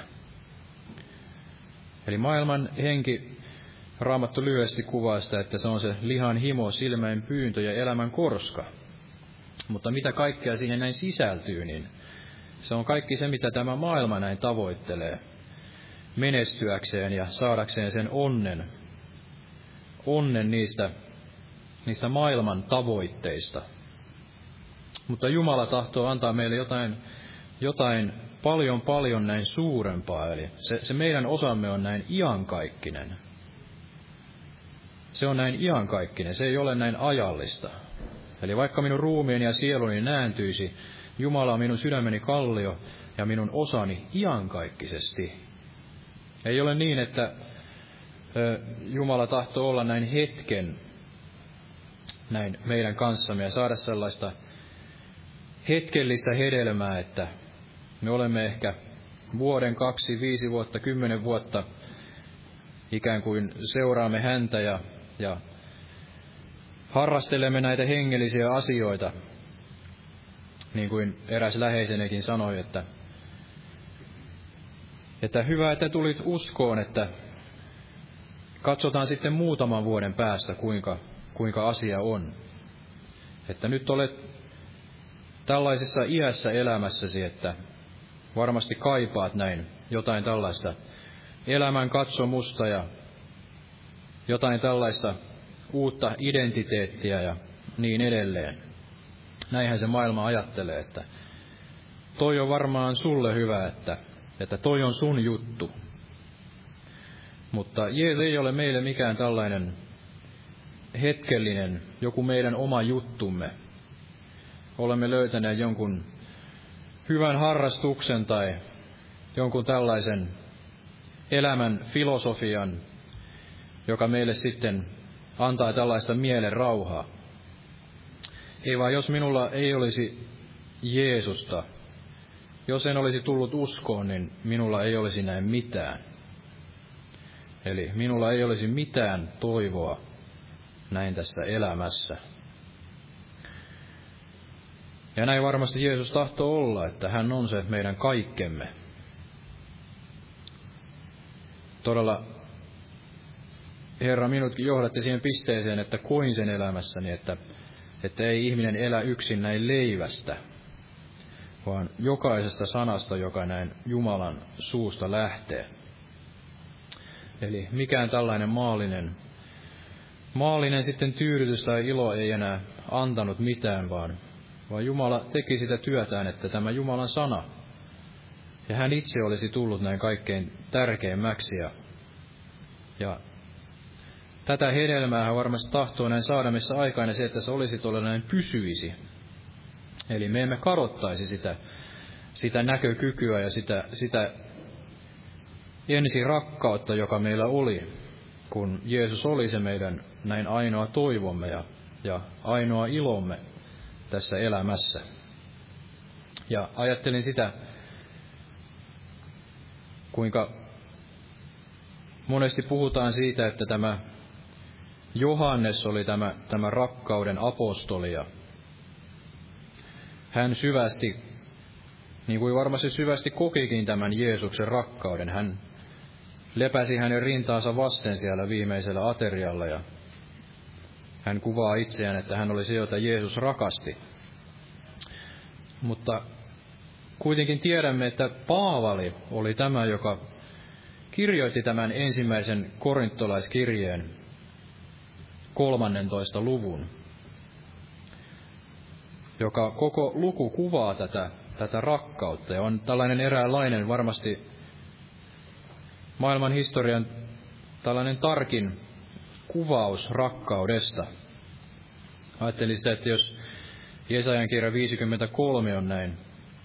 Eli maailman henki, Raamattu lyhyesti kuvaa sitä, että se on se lihan himo, silmäin pyyntö ja elämän korska. Mutta mitä kaikkea siihen näin sisältyy, niin se on kaikki se, mitä tämä maailma näin tavoittelee menestyäkseen ja saadakseen sen onnen niistä maailman tavoitteista. Mutta Jumala tahtoo antaa meille jotain paljon näin suurempaa, eli se meidän osamme on näin iankaikkinen. Se on näin iankaikkinen, se ei ole näin ajallista. Eli vaikka minun ruumiini ja sieluni nääntyisi, Jumala on minun sydämeni kallio ja minun osani iankaikkisesti. Ei ole niin, että Jumala tahtoo olla näin hetken näin meidän kanssamme ja saada sellaista hetkellistä hedelmää, että me olemme ehkä vuoden, 2, 5 vuotta, 10 vuotta ikään kuin seuraamme häntä ja harrastelemme näitä hengellisiä asioita, niin kuin eräs läheisenekin sanoi, että hyvä, että tulit uskoon, että katsotaan sitten muutaman vuoden päästä, kuinka asia on. Että nyt olet tällaisessa iässä elämässäsi, että varmasti kaipaat näin jotain tällaista elämän katsomusta ja jotain tällaista uutta identiteettiä ja niin edelleen. Näinhän se maailma ajattelee, että toi on varmaan sulle hyvä, että toi on sun juttu. Mutta Jeesus ei ole meille mikään tällainen hetkellinen, joku meidän oma juttumme. Olemme löytäneet jonkun hyvän harrastuksen tai jonkun tällaisen elämän filosofian, joka meille sitten antaa tällaista mielen rauhaa. Ei vaan, jos minulla ei olisi Jeesusta, jos en olisi tullut uskoon, niin minulla ei olisi näin mitään. Eli minulla ei olisi mitään toivoa näin tässä elämässä. Ja näin varmasti Jeesus tahtoo olla, että hän on se meidän kaikkemme. Todella Herra minutkin johdatti siihen pisteeseen, että koin sen elämässäni, että ei ihminen elä yksin näin leivästä, vaan jokaisesta sanasta, joka näin Jumalan suusta lähtee. Eli mikään tällainen maallinen sitten tyydytys tai ilo ei enää antanut mitään, vaan Jumala teki sitä työtään, että tämä Jumalan sana, ja hän itse olisi tullut näin kaikkein tärkeimmäksi. Ja tätä hedelmää hän varmasti tahtoo näin saada missä aikana se, että se olisi tuolla näin pysyisi. Eli me emme kadottaisi sitä näkökykyä ja sitä ensirakkautta, joka meillä oli, kun Jeesus oli se meidän näin ainoa toivomme ja ainoa ilomme tässä elämässä. Ja ajattelin sitä, kuinka monesti puhutaan siitä, että tämä Johannes oli tämä rakkauden apostoli, ja hän syvästi, niin kuin varmasti syvästi kokikin tämän Jeesuksen rakkauden. Hän lepäsi hänen rintaansa vasten siellä viimeisellä aterialla, ja hän kuvaa itseään, että hän oli se, jota Jeesus rakasti. Mutta kuitenkin tiedämme, että Paavali oli tämä, joka kirjoitti tämän ensimmäisen korintolaiskirjeen 13. luvun, joka koko luku kuvaa tätä rakkautta ja on tällainen eräänlainen varmasti maailman historian tällainen tarkin kuvaus rakkaudesta. Ajattelin sitä, että jos Jesajan kirja 53 on näin,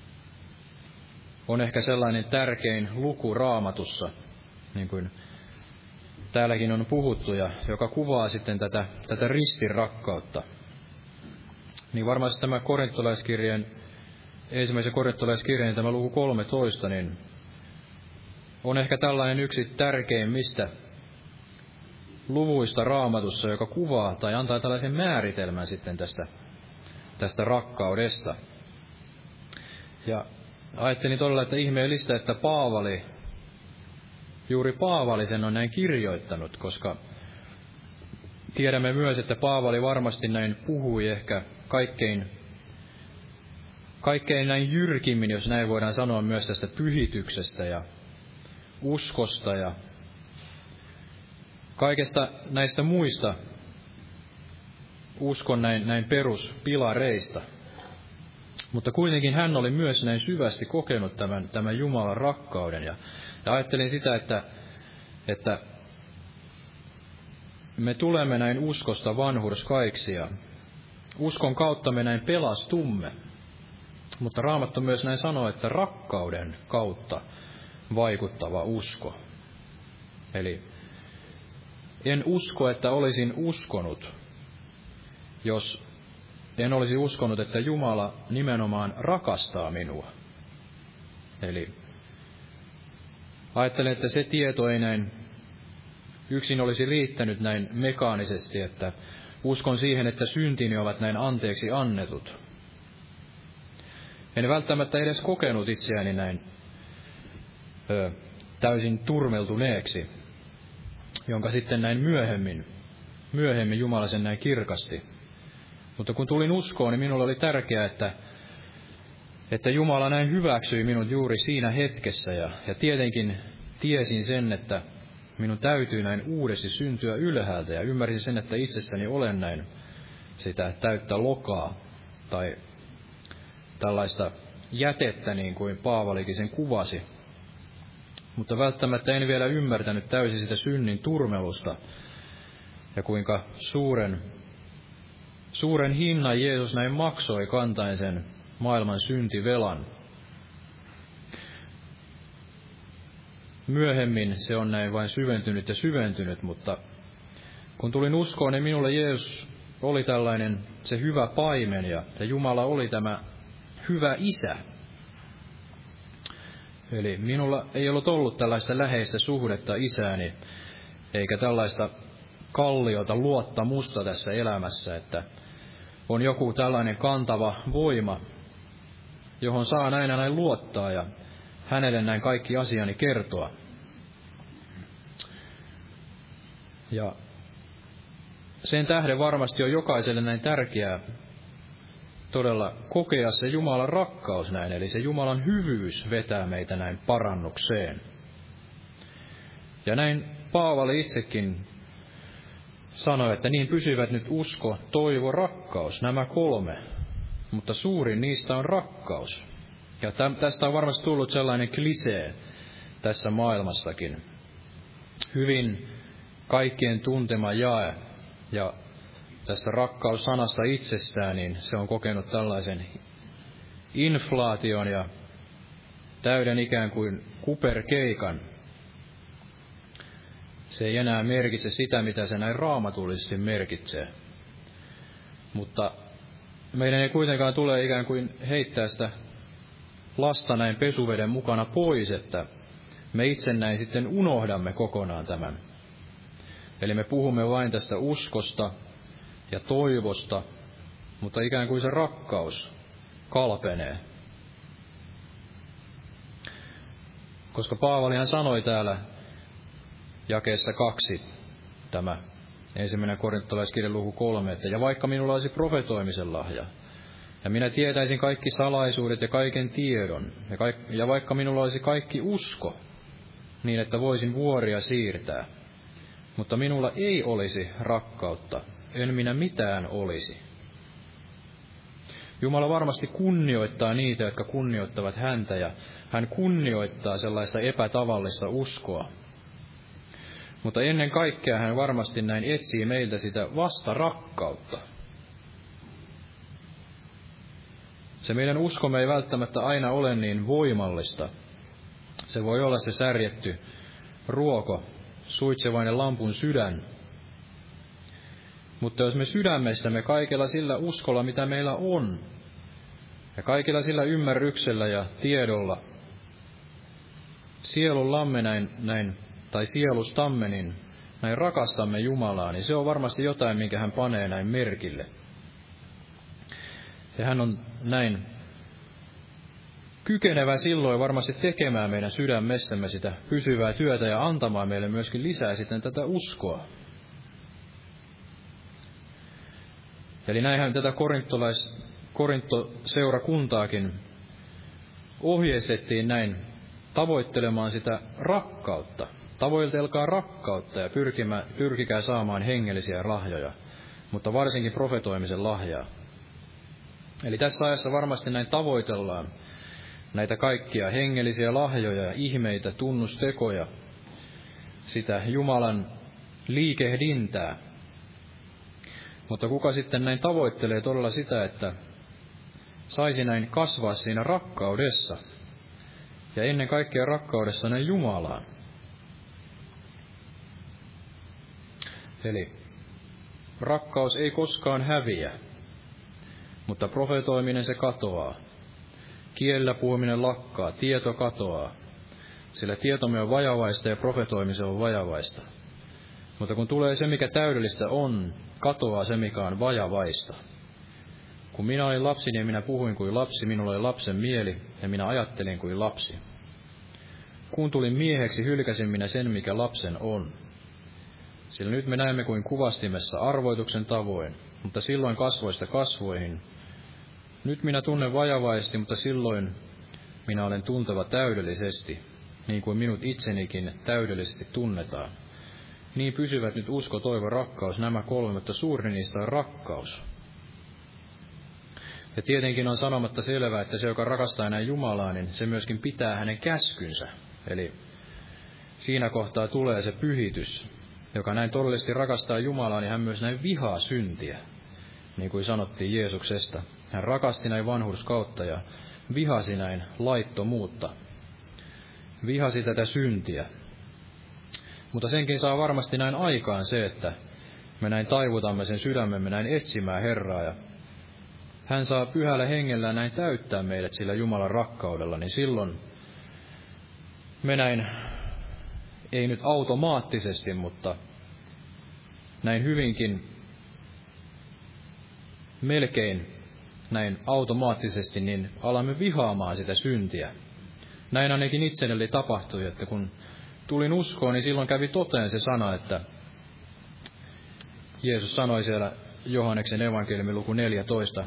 on ehkä sellainen tärkein luku Raamatussa, niin kuin täälläkin on puhuttu, ja joka kuvaa sitten tätä ristin rakkautta. Niin varmasti tämä ensimmäisen korintolaiskirjeen tämä luku 13, niin on ehkä tällainen yksi tärkeimmistä luvuista Raamatussa, joka kuvaa tai antaa tällaisen määritelmän sitten tästä rakkaudesta. Ja ajattelin todella, että ihmeellistä, että juuri Paavali sen on näin kirjoittanut, koska tiedämme myös, että Paavali varmasti näin puhui ehkä kaikkein näin jyrkimmin, jos näin voidaan sanoa, myös tästä pyhityksestä ja uskosta ja kaikesta näistä muista uskon näin peruspilareista. Mutta kuitenkin hän oli myös näin syvästi kokenut tämän Jumalan rakkauden. Ja ajattelin sitä, että me tulemme näin uskosta vanhurskaiksi ja uskon kautta me näin pelastumme. Mutta Raamattu myös näin sanoo, että rakkauden kautta vaikuttava usko. Eli en usko, että olisin uskonut, jos en olisi uskonut, että Jumala nimenomaan rakastaa minua. Eli Ajattelen, että se tieto ei näin yksin olisi riittänyt näin mekaanisesti, että uskon siihen, että syntini ovat näin anteeksi annetut. En välttämättä edes kokenut itseäni näin täysin turmeltuneeksi, jonka sitten näin myöhemmin Jumala sen näin kirkasti. Mutta kun tulin uskoon, niin minulle oli tärkeää, että Jumala näin hyväksyi minut juuri siinä hetkessä. Ja tietenkin tiesin sen, että minun täytyy näin uudesti syntyä ylhäältä. Ja ymmärsin sen, että itsessäni olen näin sitä täyttä lokaa tai tällaista jätettä, niin kuin Paavalikin sen kuvasi. Mutta välttämättä en vielä ymmärtänyt täysin sitä synnin turmelusta ja kuinka suuren hinnan Jeesus näin maksoi kantaen sen maailman syntivelan. Myöhemmin se on näin vain syventynyt, mutta kun tulin uskoon, niin minulle Jeesus oli tällainen se hyvä paimen ja Jumala oli tämä hyvä isä. Eli minulla ei ollut tällaista läheistä suhdetta isääni, eikä tällaista kalliota luottamusta tässä elämässä, että on joku tällainen kantava voima, johon saa näin luottaa ja hänelle näin kaikki asiani kertoa. Ja sen tähden varmasti on jokaiselle näin tärkeää todella kokea se Jumalan rakkaus näin, eli se Jumalan hyvyys vetää meitä näin parannukseen. Ja näin Paavali itsekin sanoi, että niin pysyvät nyt usko, toivo, rakkaus, nämä 3, mutta suurin niistä on rakkaus. Ja tästä on varmasti tullut sellainen klisee tässä maailmassakin. Hyvin kaikkien tuntema jae, ja tästä rakkaussanasta itsestään, niin se on kokenut tällaisen inflaation ja täyden ikään kuin kuperkeikan. Se ei enää merkitse sitä, mitä se näin raamatullisesti merkitsee. Mutta meidän ei kuitenkaan tule ikään kuin heittää sitä lasta näin pesuveden mukana pois, että me itse näin sitten unohdamme kokonaan tämän. Eli me puhumme vain tästä uskosta ja toivosta, mutta ikään kuin se rakkaus kalpenee. Koska Paavalihan sanoi täällä jakeessa 2, tämä 1. Korintolaiskirjan luku 3, että ja vaikka minulla olisi profetoimisen lahja, ja minä tietäisin kaikki salaisuudet ja kaiken tiedon, ja vaikka minulla olisi kaikki usko, niin että voisin vuoria siirtää, mutta minulla ei olisi rakkautta, en minä mitään olisi. Jumala varmasti kunnioittaa niitä, jotka kunnioittavat häntä, ja hän kunnioittaa sellaista epätavallista uskoa. Mutta ennen kaikkea hän varmasti näin etsii meiltä sitä vastarakkautta. Se meidän uskomme ei välttämättä aina ole niin voimallista. Se voi olla se särjetty ruoko, suitsevainen lampun sydän. Mutta jos me sydämestämme kaikella sillä uskolla, mitä meillä on, ja kaikilla sillä ymmärryksellä ja tiedolla, sielullamme tai sielustamme, niin näin rakastamme Jumalaa, niin se on varmasti jotain, minkä hän panee näin merkille. Ja hän on näin kykenevä silloin varmasti tekemään meidän sydämessämme sitä pysyvää työtä ja antamaan meille myöskin lisää sitten tätä uskoa. Eli näinhän tätä Korinttoseurakuntaakin ohjeistettiin näin tavoittelemaan sitä rakkautta. Tavoitelkaa rakkautta ja pyrkikää saamaan hengellisiä lahjoja, mutta varsinkin profetoimisen lahjaa. Eli tässä ajassa varmasti näin tavoitellaan näitä kaikkia hengellisiä lahjoja ja ihmeitä, tunnustekoja, sitä Jumalan liikehdintää. Mutta kuka sitten näin tavoittelee todella sitä, että saisi näin kasvaa siinä rakkaudessa, ja ennen kaikkea rakkaudessa näin Jumalaan. Eli rakkaus ei koskaan häviä, mutta profetoiminen se katoaa. Kielellä puhuminen lakkaa, tieto katoaa. Sillä tietomme on vajavaista ja profetoimisen on vajavaista. Mutta kun tulee se, mikä täydellistä on, katoaa se, mikä on vajavaista. Kun minä olin lapsi, niin minä puhuin kuin lapsi, minulla oli lapsen mieli, ja minä ajattelin kuin lapsi. Kun tulin mieheksi, hylkäsin minä sen, mikä lapsen on. Sillä nyt me näemme kuin kuvastimessa arvoituksen tavoin, mutta silloin kasvoista kasvoihin. Nyt minä tunnen vajavaisesti, mutta silloin minä olen tunteva täydellisesti, niin kuin minut itsenikin täydellisesti tunnetaan. Niin pysyvät nyt usko, toivo, rakkaus, nämä kolme, mutta suurin niistä on rakkaus. Ja tietenkin on sanomatta selvää, että se, joka rakastaa näin Jumalaa, niin se myöskin pitää hänen käskynsä. Eli siinä kohtaa tulee se pyhitys, joka näin todellisesti rakastaa Jumalaa, niin hän myös näin vihaa syntiä. Niin kuin sanottiin Jeesuksesta. Hän rakasti näin vanhurskautta ja vihasi näin laittomuutta. Vihasi tätä syntiä. Mutta senkin saa varmasti näin aikaan se, että me näin taivutamme sen sydämemme näin etsimään Herraa ja hän saa pyhällä hengellä näin täyttää meidät sillä Jumalan rakkaudella, niin silloin me näin, ei nyt automaattisesti, mutta näin hyvinkin melkein näin automaattisesti, niin alamme vihaamaan sitä syntiä. Näin ainakin itselleni tapahtui, että kun tulin uskoon, niin silloin kävi toteen se sana, että Jeesus sanoi siellä Johanneksen evankeliumin luku 14,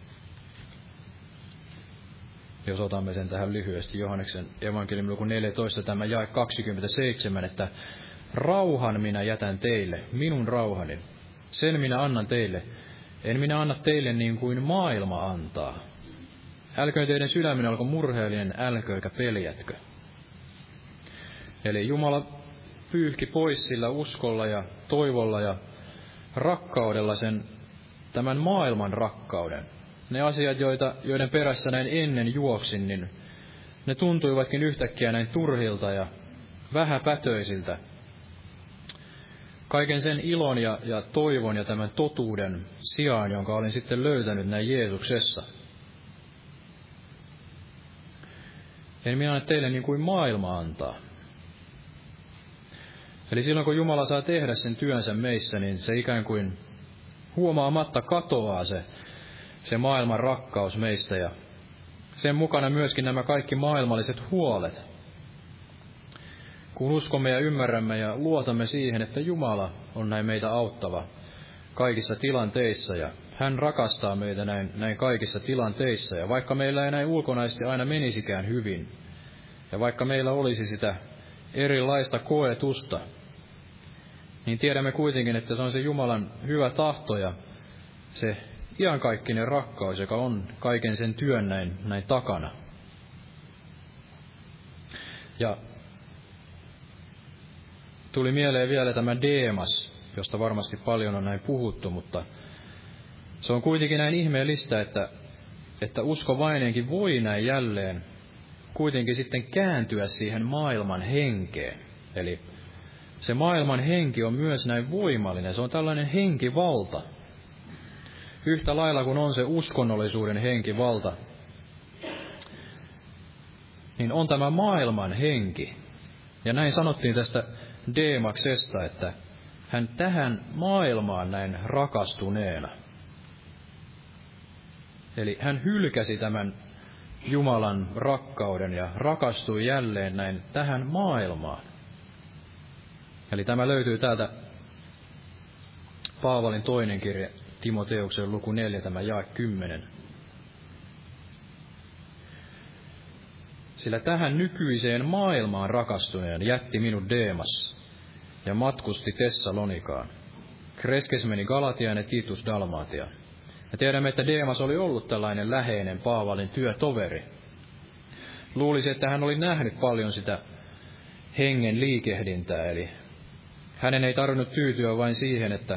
jos otamme sen tähän lyhyesti, Johanneksen evankeliumin luku 14, tämä jae 27, että rauhan minä jätän teille, minun rauhani, sen minä annan teille, en minä anna teille niin kuin maailma antaa. Älköön teidän sydämenne olko murheellinen, älköökä peljätkö. Eli Jumala pyyhki pois sillä uskolla ja toivolla ja rakkaudella tämän maailman rakkauden. Ne asiat, joiden perässä näin ennen juoksin, niin ne tuntuivatkin yhtäkkiä näin turhilta ja vähäpätöisiltä. Kaiken sen ilon ja toivon ja tämän totuuden sijaan, jonka olin sitten löytänyt näin Jeesuksessa. En minä anna teille niin kuin maailma antaa. Eli silloin kun Jumala saa tehdä sen työnsä meissä, niin se ikään kuin huomaamatta katoaa se maailman rakkaus meistä ja sen mukana myöskin nämä kaikki maailmalliset huolet. Kun uskomme ja ymmärrämme ja luotamme siihen, että Jumala on näin meitä auttava kaikissa tilanteissa ja hän rakastaa meitä näin kaikissa tilanteissa. Ja vaikka meillä ei näin ulkonaisesti aina menisikään hyvin ja vaikka meillä olisi sitä erilaista koetusta, niin tiedämme kuitenkin, että se on se Jumalan hyvä tahto ja se iankaikkinen rakkaus, joka on kaiken sen työn näin takana. Ja tuli mieleen vielä tämä Deemas, josta varmasti paljon on näin puhuttu, mutta se on kuitenkin näin ihmeellistä, että uskovainenkin voi näin jälleen kuitenkin sitten kääntyä siihen maailman henkeen. Eli se maailman henki on myös näin voimallinen, se on tällainen henkivalta. Yhtä lailla kuin on se uskonnollisuuden henkivalta, niin on tämä maailman henki. Ja näin sanottiin tästä Deemaksesta, että hän tähän maailmaan näin rakastuneena. Eli hän hylkäsi tämän Jumalan rakkauden ja rakastui jälleen näin tähän maailmaan. Eli tämä löytyy täältä Paavalin toinen kirja Timoteuksen luku 4, tämä jae 10. Sillä tähän nykyiseen maailmaan rakastuneen jätti minut Deemas ja matkusti Tessalonikaan. Kreskes meni Galatiaan ja Titus Dalmatiaan. Ja tiedämme, että Deemas oli ollut tällainen läheinen Paavalin työtoveri. Luulisi, että hän oli nähnyt paljon sitä hengen liikehdintää, eli hänen ei tarvinnut tyytyä vain siihen, että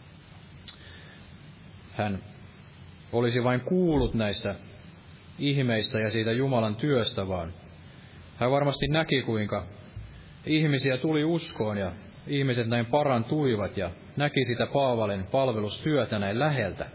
hän olisi vain kuullut näistä ihmeistä ja siitä Jumalan työstä, vaan hän varmasti näki, kuinka ihmisiä tuli uskoon ja ihmiset näin parantuivat ja näki sitä Paavalin palvelustyötä näin läheltä.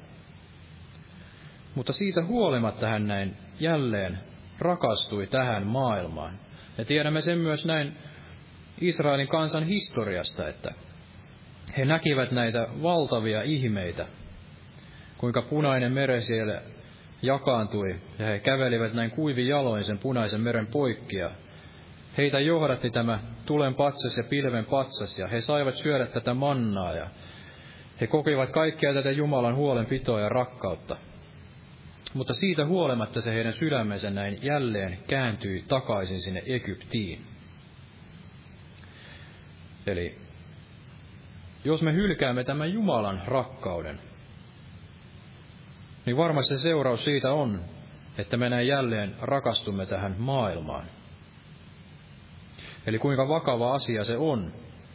Mutta siitä huolimatta hän näin jälleen rakastui tähän maailmaan. Ja tiedämme sen myös näin Israelin kansan historiasta, että he näkivät näitä valtavia ihmeitä, kuinka Punainen meri siellä jakaantui, ja he kävelivät näin kuivin jaloin sen Punaisen meren poikki, ja heitä johdatti tämä tulen patsas ja pilven patsas, ja he saivat syödä tätä mannaa, ja he kokivat kaikkea tätä Jumalan huolenpitoa ja rakkautta. Mutta siitä huolimatta se heidän sydämensä näin jälleen kääntyi takaisin sinne Egyptiin. Eli jos me hylkäämme tämän Jumalan rakkauden, niin varmasti se seuraus siitä on, että me näin jälleen rakastumme tähän maailmaan. Eli kuinka vakava asia se on.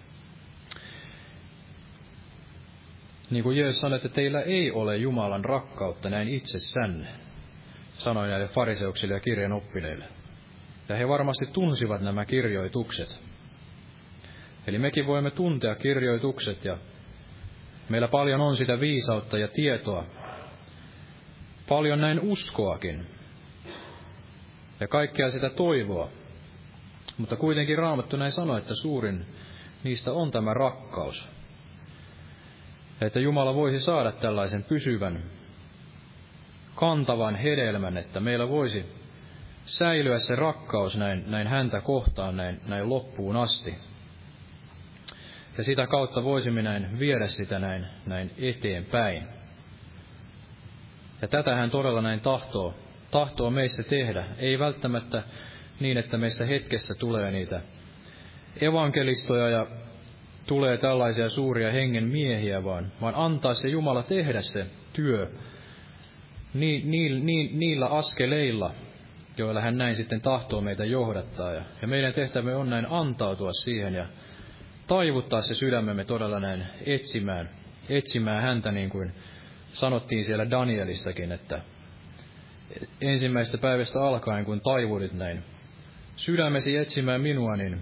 Niin kuin Jeesus sanoi, että teillä ei ole Jumalan rakkautta näin itsessänne, sanoi näille fariseuksille ja kirjan oppineille. Ja he varmasti tunsivat nämä kirjoitukset. Eli mekin voimme tuntea kirjoitukset, ja meillä paljon on sitä viisautta ja tietoa. Paljon näin uskoakin. Ja kaikkea sitä toivoa. Mutta kuitenkin Raamattu näin sanoo, että suurin niistä on tämä rakkaus. Että Jumala voisi saada tällaisen pysyvän, kantavan hedelmän, että meillä voisi säilyä se rakkaus näin häntä kohtaan näin loppuun asti. Ja sitä kautta voisimme näin viedä sitä näin eteenpäin. Ja tätä hän todella näin tahtoo meissä tehdä. Ei välttämättä niin, että meistä hetkessä tulee niitä evankelistoja ja tulee tällaisia suuria hengen miehiä, vaan antaa se Jumala tehdä se työ niillä askeleilla, joilla hän näin sitten tahtoo meitä johdattaa. Ja meidän tehtävämme on näin antautua siihen ja taivuttaa se sydämemme todella näin etsimään häntä, niin kuin sanottiin siellä Danielistakin, että ensimmäisestä päivästä alkaen, kun taivudit näin sydämesi etsimään minua, niin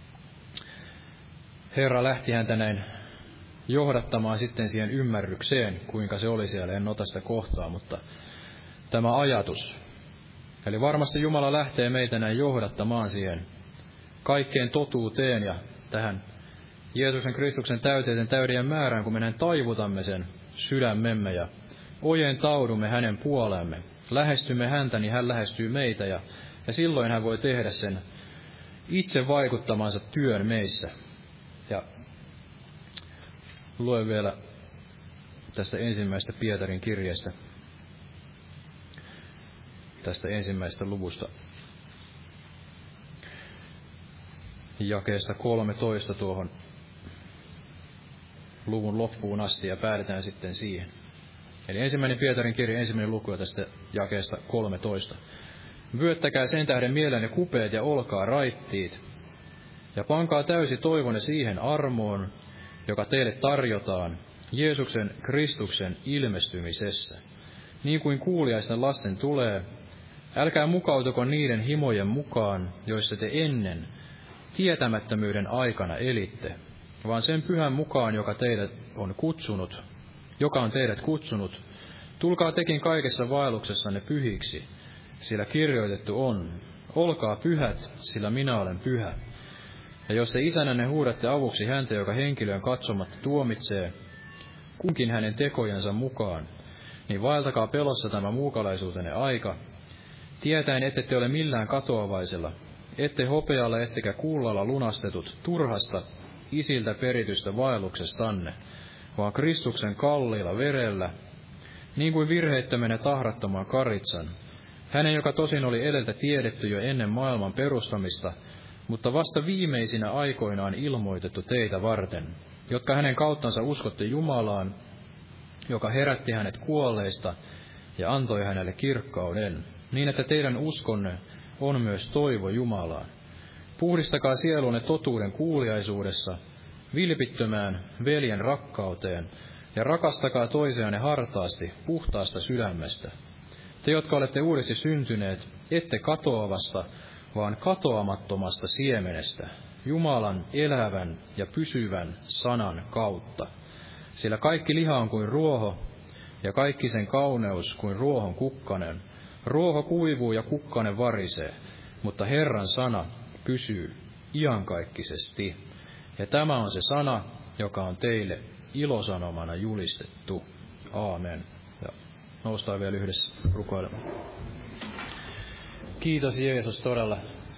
Herra lähti häntä näin johdattamaan sitten siihen ymmärrykseen, kuinka se oli siellä, en ota sitä kohtaa, mutta tämä ajatus. Eli varmasti Jumala lähtee meitä näin johdattamaan siihen kaikkeen totuuteen ja tähän Jeesuksen Kristuksen täyteiden täyden määrään, kun me näin taivutamme sen sydämemme ja ojentaudumme hänen puoleemme. Lähestymme häntä, niin hän lähestyy meitä ja silloin hän voi tehdä sen itse vaikuttamansa työn meissä. Ja luen vielä tästä ensimmäisestä Pietarin kirjeestä, tästä ensimmäisestä luvusta, jakeesta 13 tuohon luvun loppuun asti ja päädytään sitten siihen. Eli ensimmäinen Pietarin kirja, ensimmäinen luku tästä jakeesta 13. Vyöttäkää sen tähden mielenne kupeet ja olkaa raittiit, ja pankaa täysi toivonne siihen armoon, joka teille tarjotaan Jeesuksen Kristuksen ilmestymisessä. Niin kuin kuuliaisten lasten tulee, älkää mukautuko niiden himojen mukaan, joissa te ennen tietämättömyyden aikana elitte, vaan sen pyhän mukaan, joka on teidät kutsunut, tulkaa tekin kaikessa vaelluksessanne pyhiksi, sillä kirjoitettu on, olkaa pyhät, sillä minä olen pyhä. Ja jos te isänänne huudatte avuksi häntä, joka henkilöön katsomatta tuomitsee, kunkin hänen tekojensa mukaan, niin vaeltakaa pelossa tämä muukalaisuutenne aika, tietäen, ette te ole millään katoavaisella, ette hopealla ettekä kullalla lunastetut turhasta isiltä peritystä vaelluksestanne, vaan Kristuksen kalliilla verellä, niin kuin virheettömän ja tahrattoman karitsan, hänen, joka tosin oli edeltä tiedetty jo ennen maailman perustamista, mutta vasta viimeisinä aikoinaan ilmoitettu teitä varten, jotka hänen kauttansa uskotte Jumalaan, joka herätti hänet kuolleista ja antoi hänelle kirkkauden, niin että teidän uskonne on myös toivo Jumalaan. Puhdistakaa sielunne totuuden kuuliaisuudessa, vilpittömään veljen rakkauteen, ja rakastakaa toisianne hartaasti, puhtaasta sydämestä. Te, jotka olette uudesti syntyneet, ette katoavasta, vaan katoamattomasta siemenestä, Jumalan elävän ja pysyvän sanan kautta. Sillä kaikki liha on kuin ruoho, ja kaikki sen kauneus kuin ruohon kukkanen. Ruoho kuivuu ja kukkanen varisee, mutta Herran sana pysyy iankaikkisesti. Ja tämä on se sana, joka on teille ilosanomana julistettu. Aamen. Ja noustaan vielä yhdessä rukoilemaan. Kiitos Jeesus todella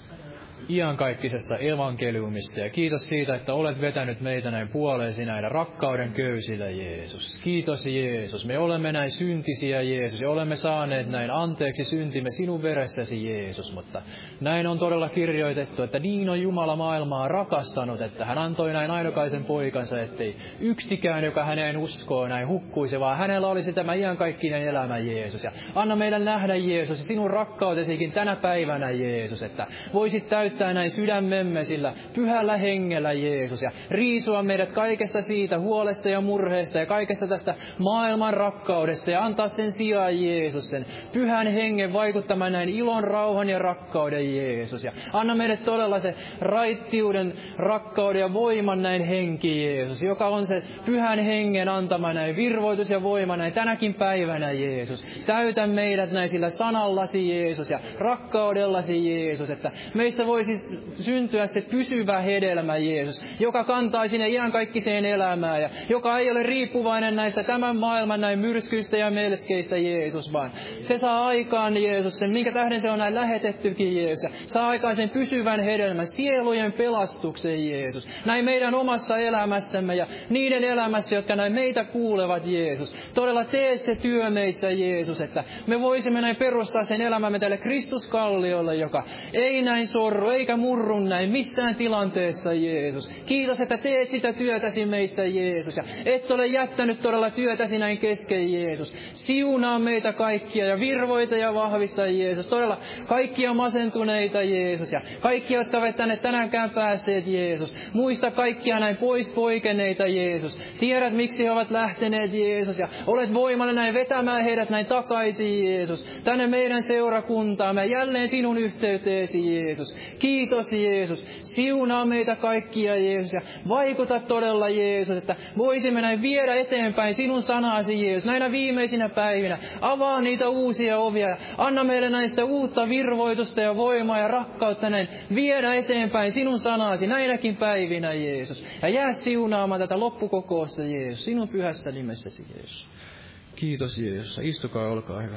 iankaikkisesta evankeliumista ja kiitos siitä, että olet vetänyt meitä näin puoleesi näillä rakkauden köysillä, Jeesus. Kiitos Jeesus. Me olemme näin syntisiä, Jeesus, ja olemme saaneet näin anteeksi syntimme sinun veressäsi, Jeesus. Mutta näin on todella kirjoitettu, että niin on Jumala maailmaa rakastanut, että hän antoi näin ainokaisen poikansa, ettei yksikään, joka häneen uskoo, näin hukkuisi, vaan hänellä olisi tämä iankaikkinen elämä, Jeesus. Ja anna meidän nähdä, Jeesus, sinun rakkautesikin tänä päivänä, Jeesus, että voisit täyttää näin sydämemme sillä pyhällä hengellä, Jeesus, ja riisua meidät kaikesta siitä huolesta ja murheesta ja kaikesta tästä maailman rakkaudesta ja antaa sen sijaan, Jeesus, sen pyhän hengen vaikuttamaan näin ilon, rauhan ja rakkauden, Jeesus. Ja anna meidät todella se raittiuden, rakkauden ja voiman näin henki, Jeesus, joka on se pyhän hengen antama näin virvoitus ja voima näin tänäkin päivänä, Jeesus. Täytä meidät näin sillä sanallasi, Jeesus, ja rakkaudellasi, Jeesus, että meissä voisi syntyä se pysyvä hedelmä, Jeesus, joka kantaa sinne iankaikkiseen elämään ja joka ei ole riippuvainen näistä tämän maailman näin myrskyistä ja melskeistä, Jeesus, vaan se saa aikaan, Jeesus, sen minkä tähden se on näin lähetettykin, Jeesus, ja saa aikaan sen pysyvän hedelmän, sielujen pelastuksen, Jeesus, näin meidän omassa elämässämme ja niiden elämässä, jotka näin meitä kuulevat, Jeesus. Todella tee se työ meissä, Jeesus, että me voisimme näin perustaa sen elämämme tälle Kristuskalliolle, joka ei näin sorru, eikä murru näin missään tilanteessa, Jeesus. Kiitos, että teet sitä työtäsi meissä, Jeesus, ja et ole jättänyt todella työtäsi näin kesken, Jeesus. Siunaa meitä kaikkia ja virvoita ja vahvista, Jeesus. Todella kaikkia masentuneita, Jeesus, ja kaikkia, jotka ovat tänne tänäänkään päässeet, Jeesus. Muista kaikkia näin pois poikeneita, Jeesus. Tiedät, miksi he ovat lähteneet, Jeesus, ja olet voimallinen näin vetämään heidät näin takaisin, Jeesus. Tänne meidän seurakuntaamme jälleen sinun yhteyteesi, Jeesus. Kiitos, Jeesus. Siunaa meitä kaikkia, Jeesus, ja vaikuta todella, Jeesus, että voisimme näin viedä eteenpäin sinun sanasi, Jeesus, näinä viimeisinä päivinä. Avaa niitä uusia ovia ja anna meille näistä uutta virvoitusta ja voimaa ja rakkautta näin viedä eteenpäin sinun sanasi näinäkin päivinä, Jeesus. Ja jää siunaamaan tätä loppukokousta, Jeesus, sinun pyhässä nimessäsi, Jeesus. Kiitos, Jeesus. Istukaa, olkaa hyvä.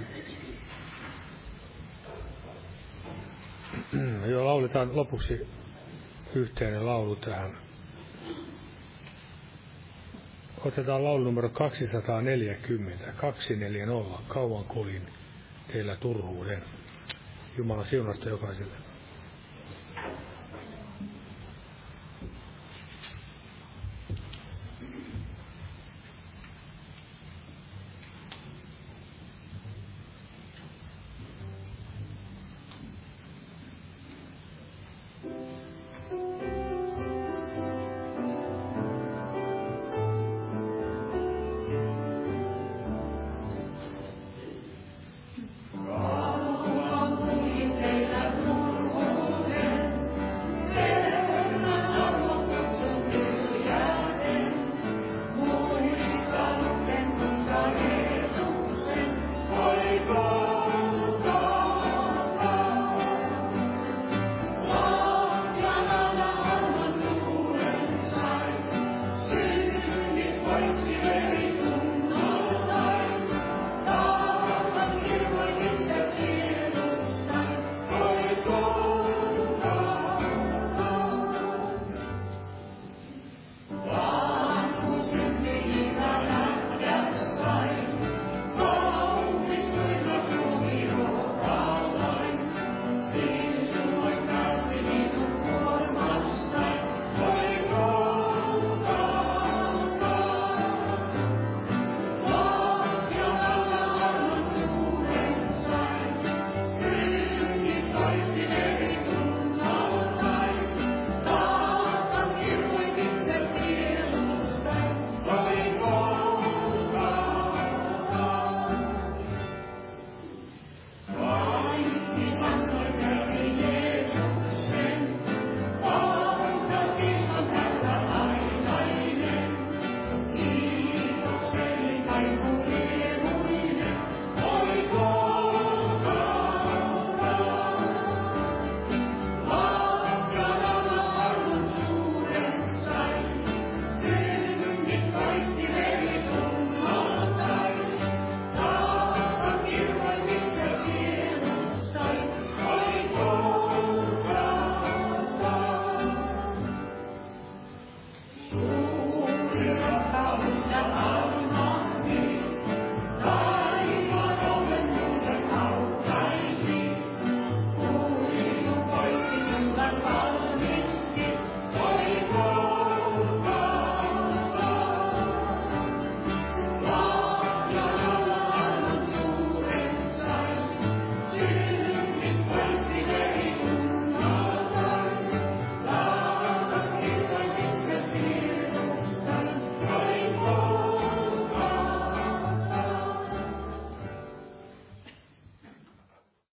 Joo, lauletaan lopuksi yhteinen laulu tähän. Otetaan laulu numero 240, 240, kauan kulin teillä turhuuden. Jumala siunasta jokaiselle.